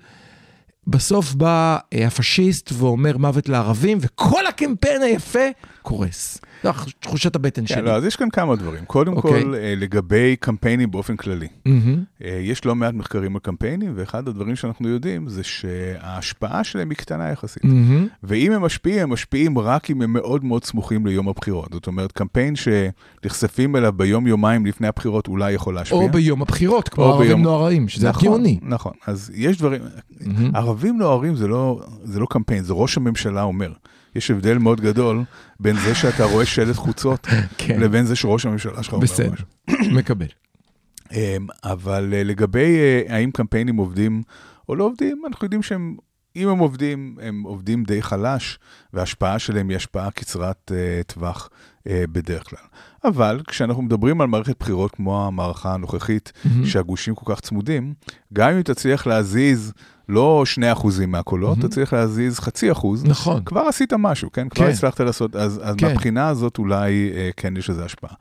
בסוף בא הפשיסט ואומר מוות לערבים, וכל הקמפיין היפה קורס. זו תחושת הבטן שלי. לא, אז יש כאן כמה דברים. קודם כל, לגבי קמפיינים באופן כללי. יש לא מעט מחקרים על קמפיינים, ואחד הדברים שאנחנו יודעים זה שההשפעה שלהם היא קטנה יחסית. ואם הם משפיעים רק אם הם מאוד מאוד סמוכים ליום הבחירות. זאת אומרת, קמפיין שנחשפים אליו ביום-יומיים לפני הבחירות אולי יכול להשפיע. או ביום הבחירות, כמו ערבים נוערים, שזה הטיעוני. נכון, אז יש דברים, ערבים נוערים זה לא קמפיין, זה ראש הממשלה אומר. יש הבדל מאוד גדול בין זה שאתה רואה שלט חוצות, לבין זה שראש הממשלה שלך אומר משהו. בסדר, מקבל. אבל לגבי האם קמפיינים עובדים או לא עובדים, אנחנו יודעים שהם אם הם עובדים די חלש, וההשפעה שלהם היא השפעה קצרת טווח בדרך כלל. אבל כשאנחנו מדברים על מערכת בחירות כמו המערכה הנוכחית, שהגושים כל כך צמודים, גם אם תצליח להזיז לא 2% מהקולות, תצליח להזיז 0.5%, נכון. כבר עשית משהו, כן? כבר הצלחת לעשות, אז מהבחינה הזאת אולי כן יש איזו השפעה.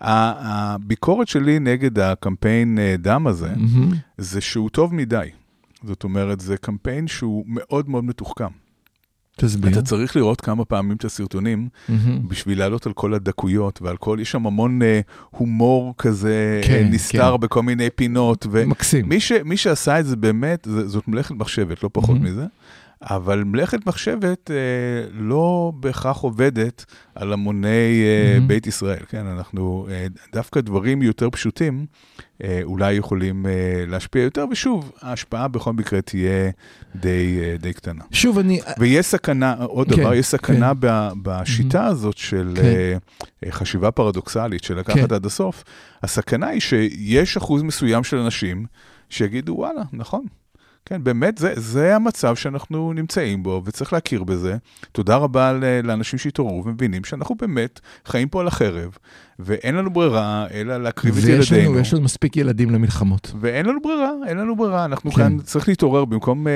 הביקורת שלי נגד הקמפיין דם הזה, זה שהוא טוב מדי. זאת אומרת, זה קמפיין שהוא מאוד מאוד מתוחכם. תסביר. אתה צריך לראות כמה פעמים את הסרטונים, בשביל לעלות על כל הדקויות, ועל כל, יש שם המון הומור כזה, נסתר בכל מיני פינות. מקסים. מי שעשה את זה באמת, זאת מלאכת מחשבת, לא פחות מזה. אבל מלאכת מחשבת לא בהכרח עובדת על המוני בית ישראל. כן, אנחנו דווקא דברים יותר פשוטים, אולי יכולים להשפיע יותר, ושוב, ההשפעה בכל מקרה תהיה די קטנה. שוב, ויש סכנה, עוד דבר, יש סכנה בשיטה הזאת של חשיבה פרדוקסלית, של לקחת עד הסוף. הסכנה היא שיש אחוז מסוים של אנשים שיגידו, וואלה, נכון. כן, באמת, זה המצב שאנחנו נמצאים בו, וצריך להכיר בזה. תודה רבה לאנשים שהתעוררו ומבינים שאנחנו באמת חיים פה על החרב, ואין לנו ברירה, אלא להקריב את ילדינו. ויש לנו מספיק ילדים למלחמות. ואין לנו ברירה. אנחנו כאן צריך להתעורר במקום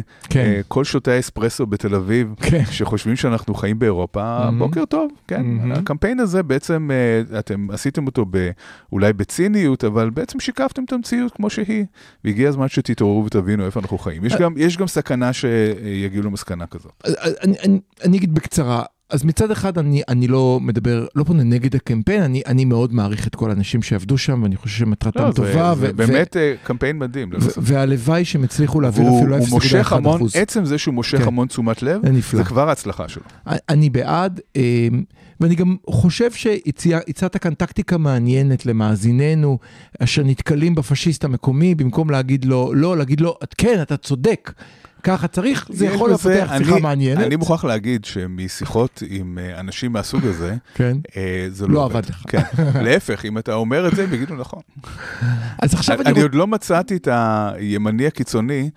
כל שותי האספרסו בתל אביב, שחושבים שאנחנו חיים באירופה. בוקר טוב, כן. הקמפיין הזה בעצם, אתם עשיתם אותו אולי בציניות, אבל בעצם שיקפתם את המציאות כמו שהיא, והגיע הזמן שתתעוררו ותבינו איפה אנחנו חיים. יש גם סכנה שיגיעו למסקנה כזאת. אני אגיד בקצרה, אז מצד אחד אני לא מדבר, לא פונה נגד הקמפיין, אני מאוד מעריך את כל האנשים שעבדו שם, ואני חושב שמטרתם טובה. זה באמת קמפיין מדהים. והלוואי שהם הצליחו להעביר אפילו 0.1%. עצם זה שהוא מושך המון תשומת לב, זה כבר ההצלחה שלו. אני בעד, ואני גם חושב שהצעת כאן טקטיקה מעניינת למאזיננו, אשר נתקלים בפשיסט המקומי, במקום להגיד לו, לא, להגיד לו, כן, אתה צודק. ככה צריך, זה יכול לפתח שיחה מעניינת. אני מוכרח להגיד שמשיחות עם אנשים מהסוג הזה, זה לא עבד לך. להפך, אם אתה אומר את זה, בגידו נכון. אז עכשיו אני עוד לא מצאתי את הימני הקיצוני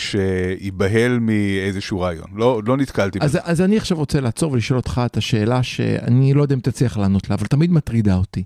שיבהל מאיזשהו רעיון. לא נתקלתי בזה. אז אני עכשיו רוצה לעצור ולשאול אותך את השאלה שאני לא יודע אם תצליח לענות לה, אבל תמיד מטרידה אותי.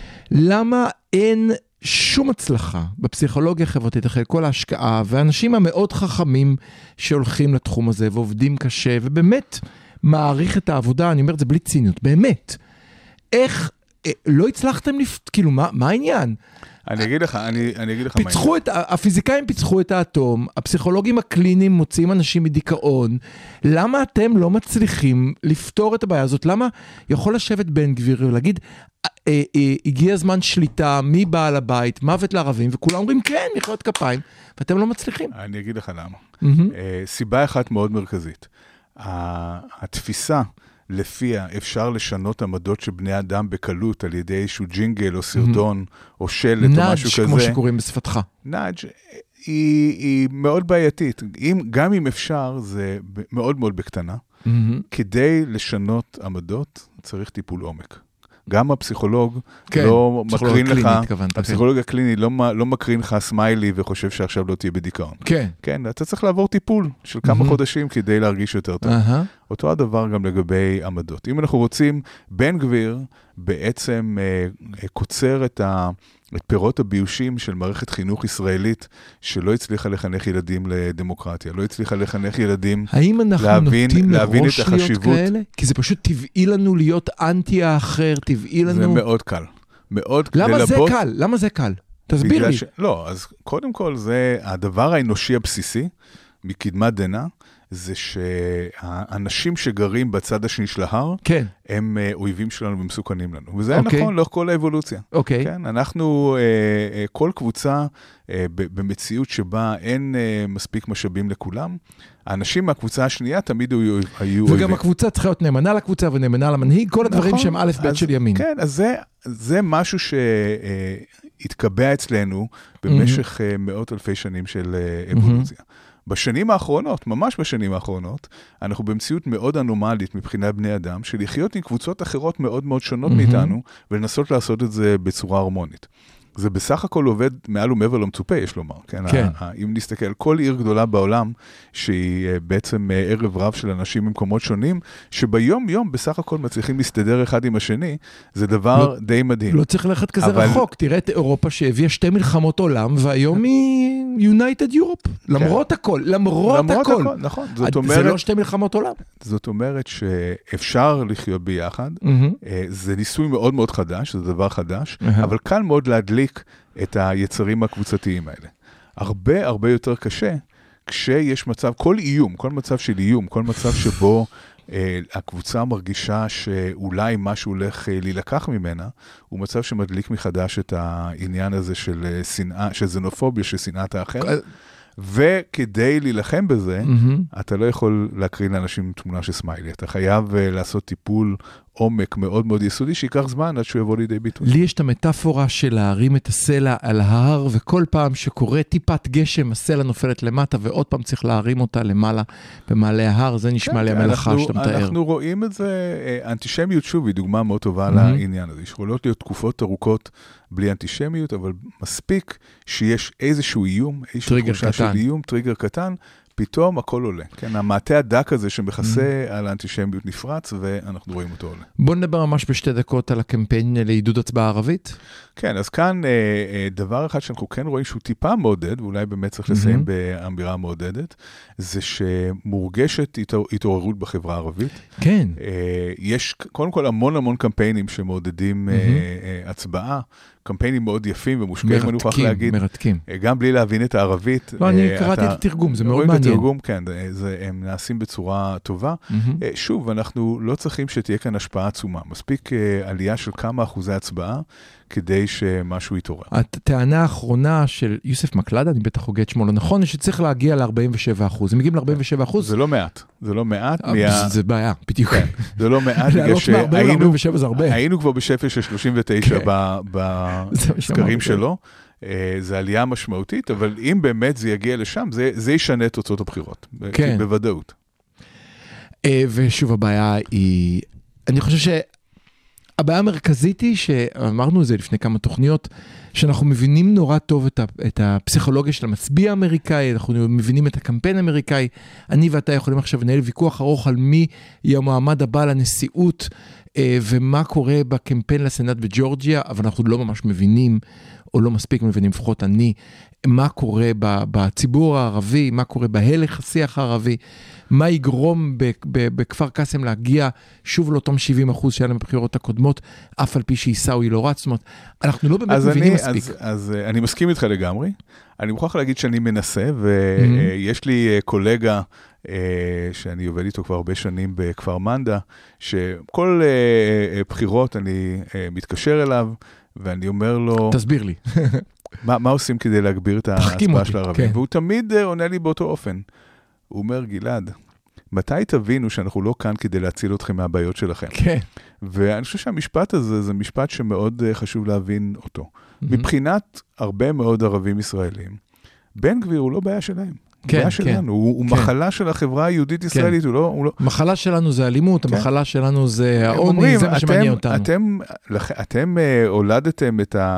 למה אין שום הצלחה בפסיכולוגיה החברתית אחרי כל ההשקעה, והאנשים המאוד חכמים שהולכים לתחום הזה ועובדים קשה, ובאמת מעריך את העבודה, אני אומר את זה בלי ציניות, באמת. איך, לא הצלחתם כאילו, מה העניין? אני אגיד לך מה העניין. הפיזיקאים פיצחו את האטום, הפסיכולוגים הקליניים מוצאים אנשים מדיכאון, למה אתם לא מצליחים לפתור את הבעיה הזאת? למה יכול לשבת בן גביר ולהגיד, הגיע הזמן שליטה, מי בעל הבית, מוות לערבים, וכולם אומרים כן, מחיאות כפיים, ואתם לא מצליחים. אני אגיד לך למה. סיבה אחת מאוד מרכזית. התפיסה לפיה אפשר לשנות עמדות של בני אדם בקלות על ידי איזשהו ג'ינגל או סרטון או שלט או משהו כזה. נאג' כמו שקוראים בשפתך. נאג' היא מאוד בעייתית. גם אם אפשר, זה מאוד מאוד בקטנה. כדי לשנות עמדות צריך טיפול עומק. גם הפסיכולוג לא מקרין לך, הפסיכולוג הקליני לא מקרין לך סמיילי וחושב שעכשיו לא תהיה בדיכאון. כן, אתה צריך לעבור טיפול של כמה חודשים כדי להרגיש יותר טוב. אותו הדבר גם לגבי עמדות. אם אנחנו רוצים, בן גביר בעצם קוצר את פירות הביושים של מערכת חינוך ישראלית, שלא הצליחה לחנך ילדים לדמוקרטיה, לא הצליחה לחנך ילדים האם אנחנו נוטים מראש להיות כאלה? כי זה פשוט טבעי לנו להיות אנטי האחר, טבעי לנו... זה מאוד קל. למה זה קל? תסביר לי. לא, אז קודם כל זה הדבר האנושי הבסיסי, מקדמת דנא, זה שהאנשים שגרים בצד השני של ההר, הם אויבים שלנו ומסוכנים לנו. וזה היה נכון לאורך כל האבולוציה. כן, אנחנו, כל קבוצה במציאות שבה אין מספיק משאבים לכולם, האנשים מהקבוצה השנייה תמיד היו אויבים. וגם הקבוצה צריכה להיות נאמנה לקבוצה ונאמנה למנהיג, כל הדברים שהם א' ב' של ימין. כן, אז זה משהו שהתקבע אצלנו במשך מאות אלפי שנים של אבולוציה. בשנים האחרונות, ממש בשנים האחרונות, אנחנו במציאות מאוד אנומלית מבחינת בני אדם, של לחיות עם קבוצות אחרות מאוד מאוד שונות מאיתנו, ולנסות לעשות את זה בצורה הרמונית. זה בסך הכל עובד מעל ומעבר למצופה, יש לומר. כן? כן. אם נסתכל על כל עיר גדולה בעולם, שהיא בעצם ערב רב של אנשים ממקומות שונים, שביום יום בסך הכל מצליחים להסתדר אחד עם השני, זה דבר די מדהים. לא צריך ללכת כזה רחוק, תראה את אירופה שהביאה 2 מלחמות עולם, והיום היא United Europe, למרות הכל, למרות הכל. נכון, זה לא 2 מלחמות עולם. זאת אומרת שאפשר לחיות ביחד, זה ניסוי מאוד מאוד חדש, זה דבר חדש, אבל קל מאוד להדליק את היצרים הקבוצתיים האלה. הרבה הרבה יותר קשה, כשיש מצב, כל מצב של איום, כל מצב שבו הקבוצה מרגישה שאולי משהו הולך להילקח ממנה, הוא מצב שמדליק מחדש את העניין הזה של שנאה, של זנופוביה, של שנאת האחר. וכדי להילחם בזה, אתה לא יכול להקרין לאנשים תמונה של סמיילי. אתה חייב לעשות טיפול עומק מאוד מאוד יסודי, שיקח זמן עד שהוא יבוא לידי ביטוי. לי יש את המטאפורה של להרים את הסלע על ההר, וכל פעם שקורה טיפת גשם, הסלע נופלת למטה, ועוד פעם צריך להרים אותה למעלה במעלה ההר. זה נשמע לי המלאכה שאתה מתאר. אנחנו רואים את זה, אנטישמיות שוב היא דוגמה מאוד טובה לעניין הזה. יכולות להיות תקופות ארוכות בלי אנטישמיות, אבל מספיק שיש איזשהו איום, איזושהי תחושה של איום, טריגר קטן, פתאום הכל עולה. כן, המעטה הדק הזה שמכסה על האנטישמיות נפרץ, ואנחנו רואים אותו עולה. בוא נדבר ממש בשתי דקות על הקמפיין לעידוד הצבעה ערבית. כן, אז כאן דבר אחד שאנחנו כן רואים שהוא טיפה מעודד, ואולי באמת צריך לסיים באמירה מעודדת, זה שמורגשת התעוררות בחברה הערבית. כן. יש קודם כל המון קמפיינים שמעודדים הצבעה, קמפיינים מאוד יפים ומושקעים, אני מוכרח להגיד. מרתקים. גם בלי להבין את הערבית. לא, אני קראתי את התרגום, זה מאוד מעניין. התרגום, כן, הם נעשים בצורה טובה. שוב, אנחנו לא צריכים שתהיה כאן השפעה עצומה. מספיק עלייה של כמה אחוזי הצבעה, כדי שמשהו יתעורר. הטענה האחרונה של יוסף מקלדה, אני בטח הוגה את שמו לא נכון, שצריך להגיע ל-47%. הם מגיעים ל-47%? זה לא מעט. זה לא מעט. זה בעיה, בדיוק. זה לא מעט, בגלל שהיינו כבר בשפל של 39 בסקרים שלו. זה עלייה משמעותית, אבל אם באמת זה יגיע לשם, זה ישנה את תוצאות הבחירות. כן. בוודאות. ושוב, הבעיה היא, אני חושב הבעיה המרכזית היא, שאמרנו את זה לפני כמה תוכניות, שאנחנו מבינים נורא טוב את הפסיכולוגיה של המצביע האמריקאי, אנחנו מבינים את הקמפיין האמריקאי, אני ואתה יכולים עכשיו לנהל ויכוח ארוך על מי יהיה המועמד הבא לנשיאות, ומה קורה בקמפיין לסנאט בג'ורג'יה, אבל אנחנו לא ממש מבינים, או לא מספיק מבינים, לפחות אני, מה קורה בציבור הערבי, מה קורה בהלך השיח הערבי, מה יגרום בכפר קאסם להגיע שוב לאותם 70% שהיה להם בבחירות הקודמות, אף על פי שעיסאווי לא רץ, זאת אומרת, אנחנו לא באמת מבינים מספיק. אז אני מסכים איתך לגמרי, אני מוכרח להגיד שאני מנסה, ויש לי קולגה, שאני עובד איתו כבר הרבה שנים בכפר מנדה, שכל בחירות אני מתקשר אליו, ואני אומר לו... תסביר לי. מה עושים כדי להגביר את ההצבעה של הערבים? והוא תמיד עונה לי באותו אופן. הוא אומר, גלעד, מתי תבינו שאנחנו לא כאן כדי להציל אתכם מהבעיות שלכם? כן. ואני חושב שהמשפט הזה, זה משפט שמאוד חשוב להבין אותו. מבחינת הרבה מאוד ערבים ישראלים, בן גביר הוא לא בעיה שלהם. בעיה שלנו, הוא מחלה של החברה היהודית ישראלית, הוא לא... מחלה שלנו זה אלימות, המחלה שלנו זה העוני, זה מה שמעניין אותנו. אתם הולדתם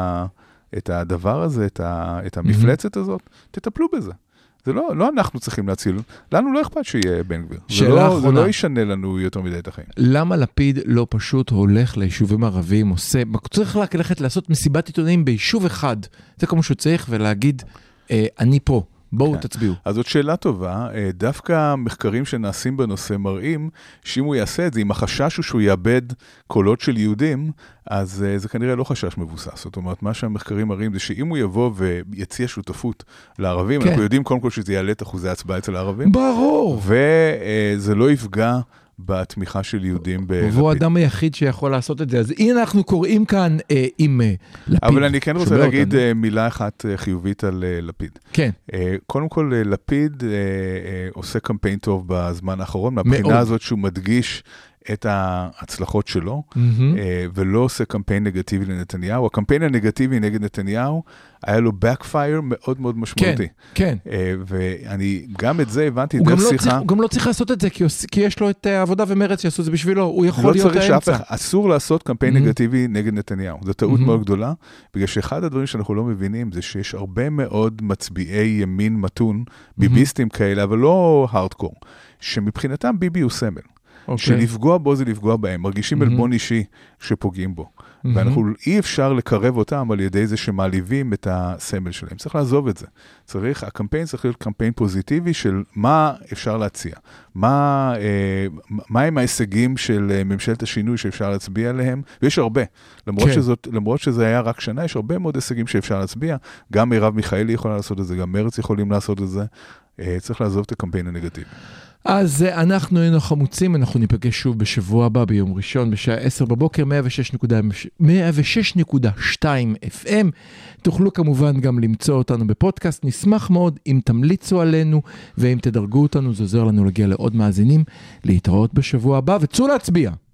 את הדבר הזה, את המפלצת הזאת, תטפלו בזה. זה לא אנחנו צריכים להציל, לנו לא אכפת שיהיה בן גביר. זה לא ישנה לנו יותר מדי את החיים. למה לפיד לא פשוט הולך ליישובים ערביים, צריך ללכת לעשות מסיבת עיתונאים ביישוב אחד, זה כמו שהוא צריך, ולהגיד, אני פה. בואו תצביעו. אז זאת שאלה טובה, דווקא מחקרים שנעשים בנושא מראים, שאם הוא יעשה את זה, אם החשש הוא שהוא יאבד קולות של יהודים, אז זה כנראה לא חשש מבוסס. זאת אומרת, מה שהמחקרים מראים זה שאם הוא יבוא ויציע שותפות לערבים, אנחנו יודעים קודם כל שזה יעלה את אחוזי ההצבעה אצל הערבים. ברור. וזה לא יפגע בתמיכה של יהודים בלפיד. והוא האדם היחיד שיכול לעשות את זה. אז הנה אנחנו קוראים כאן עם לפיד. אבל אני כן רוצה להגיד מילה אחת חיובית על לפיד. כן. קודם כל, לפיד עושה קמפיין טוב בזמן האחרון, מהבחינה הזאת שהוא מדגיש את ההצלחות שלו, ולא עושה קמפיין נגטיבי לנתניהו. הקמפיין הנגטיבי נגד נתניהו, היה לו backfire מאוד מאוד משמעותי. כן. ואני גם את זה הבנתי דרך שיחה. הוא גם לא צריך לעשות את זה, כי יש לו את העבודה ומרץ שיעשו את זה בשבילו, הוא יכול להיות האמצע. אסור לעשות קמפיין נגטיבי נגד נתניהו. זו טעות מאוד גדולה, בגלל שאחד הדברים שאנחנו לא מבינים, זה שיש הרבה מאוד מצביעי ימין מתון, ביביסטים כאלה, אבל לא הארדקור, שמבחינתם ביבי הוא סמל. שלפגוע בו זה לפגוע בהם, מרגישים אלבון אישי שפוגעים בו. ואנחנו אי אפשר לקרב אותם על ידי זה שמעליבים את הסמל שלהם. צריך לעזוב את זה. הקמפיין צריך להיות קמפיין פוזיטיבי של מה אפשר להציע. מה הם ההישגים של ממשלת השינוי שאפשר להצביע עליהם? ויש הרבה. למרות שזה היה רק שנה, יש הרבה מאוד הישגים שאפשר להצביע. גם מרב מיכאלי יכולה לעשות את זה, גם מרץ יכולים לעשות את זה. צריך לעזוב את הקמפיין הנגטיבי. אז אנחנו היינו חמוצים, אנחנו ניפגש שוב בשבוע הבא ביום ראשון בשעה 10 בבוקר, 106.2 FM. תוכלו כמובן גם למצוא אותנו בפודקאסט, נשמח מאוד אם תמליצו עלינו ואם תדרגו אותנו, זה עוזר לנו להגיע לעוד מאזינים, להתראות בשבוע הבא וצאו להצביע.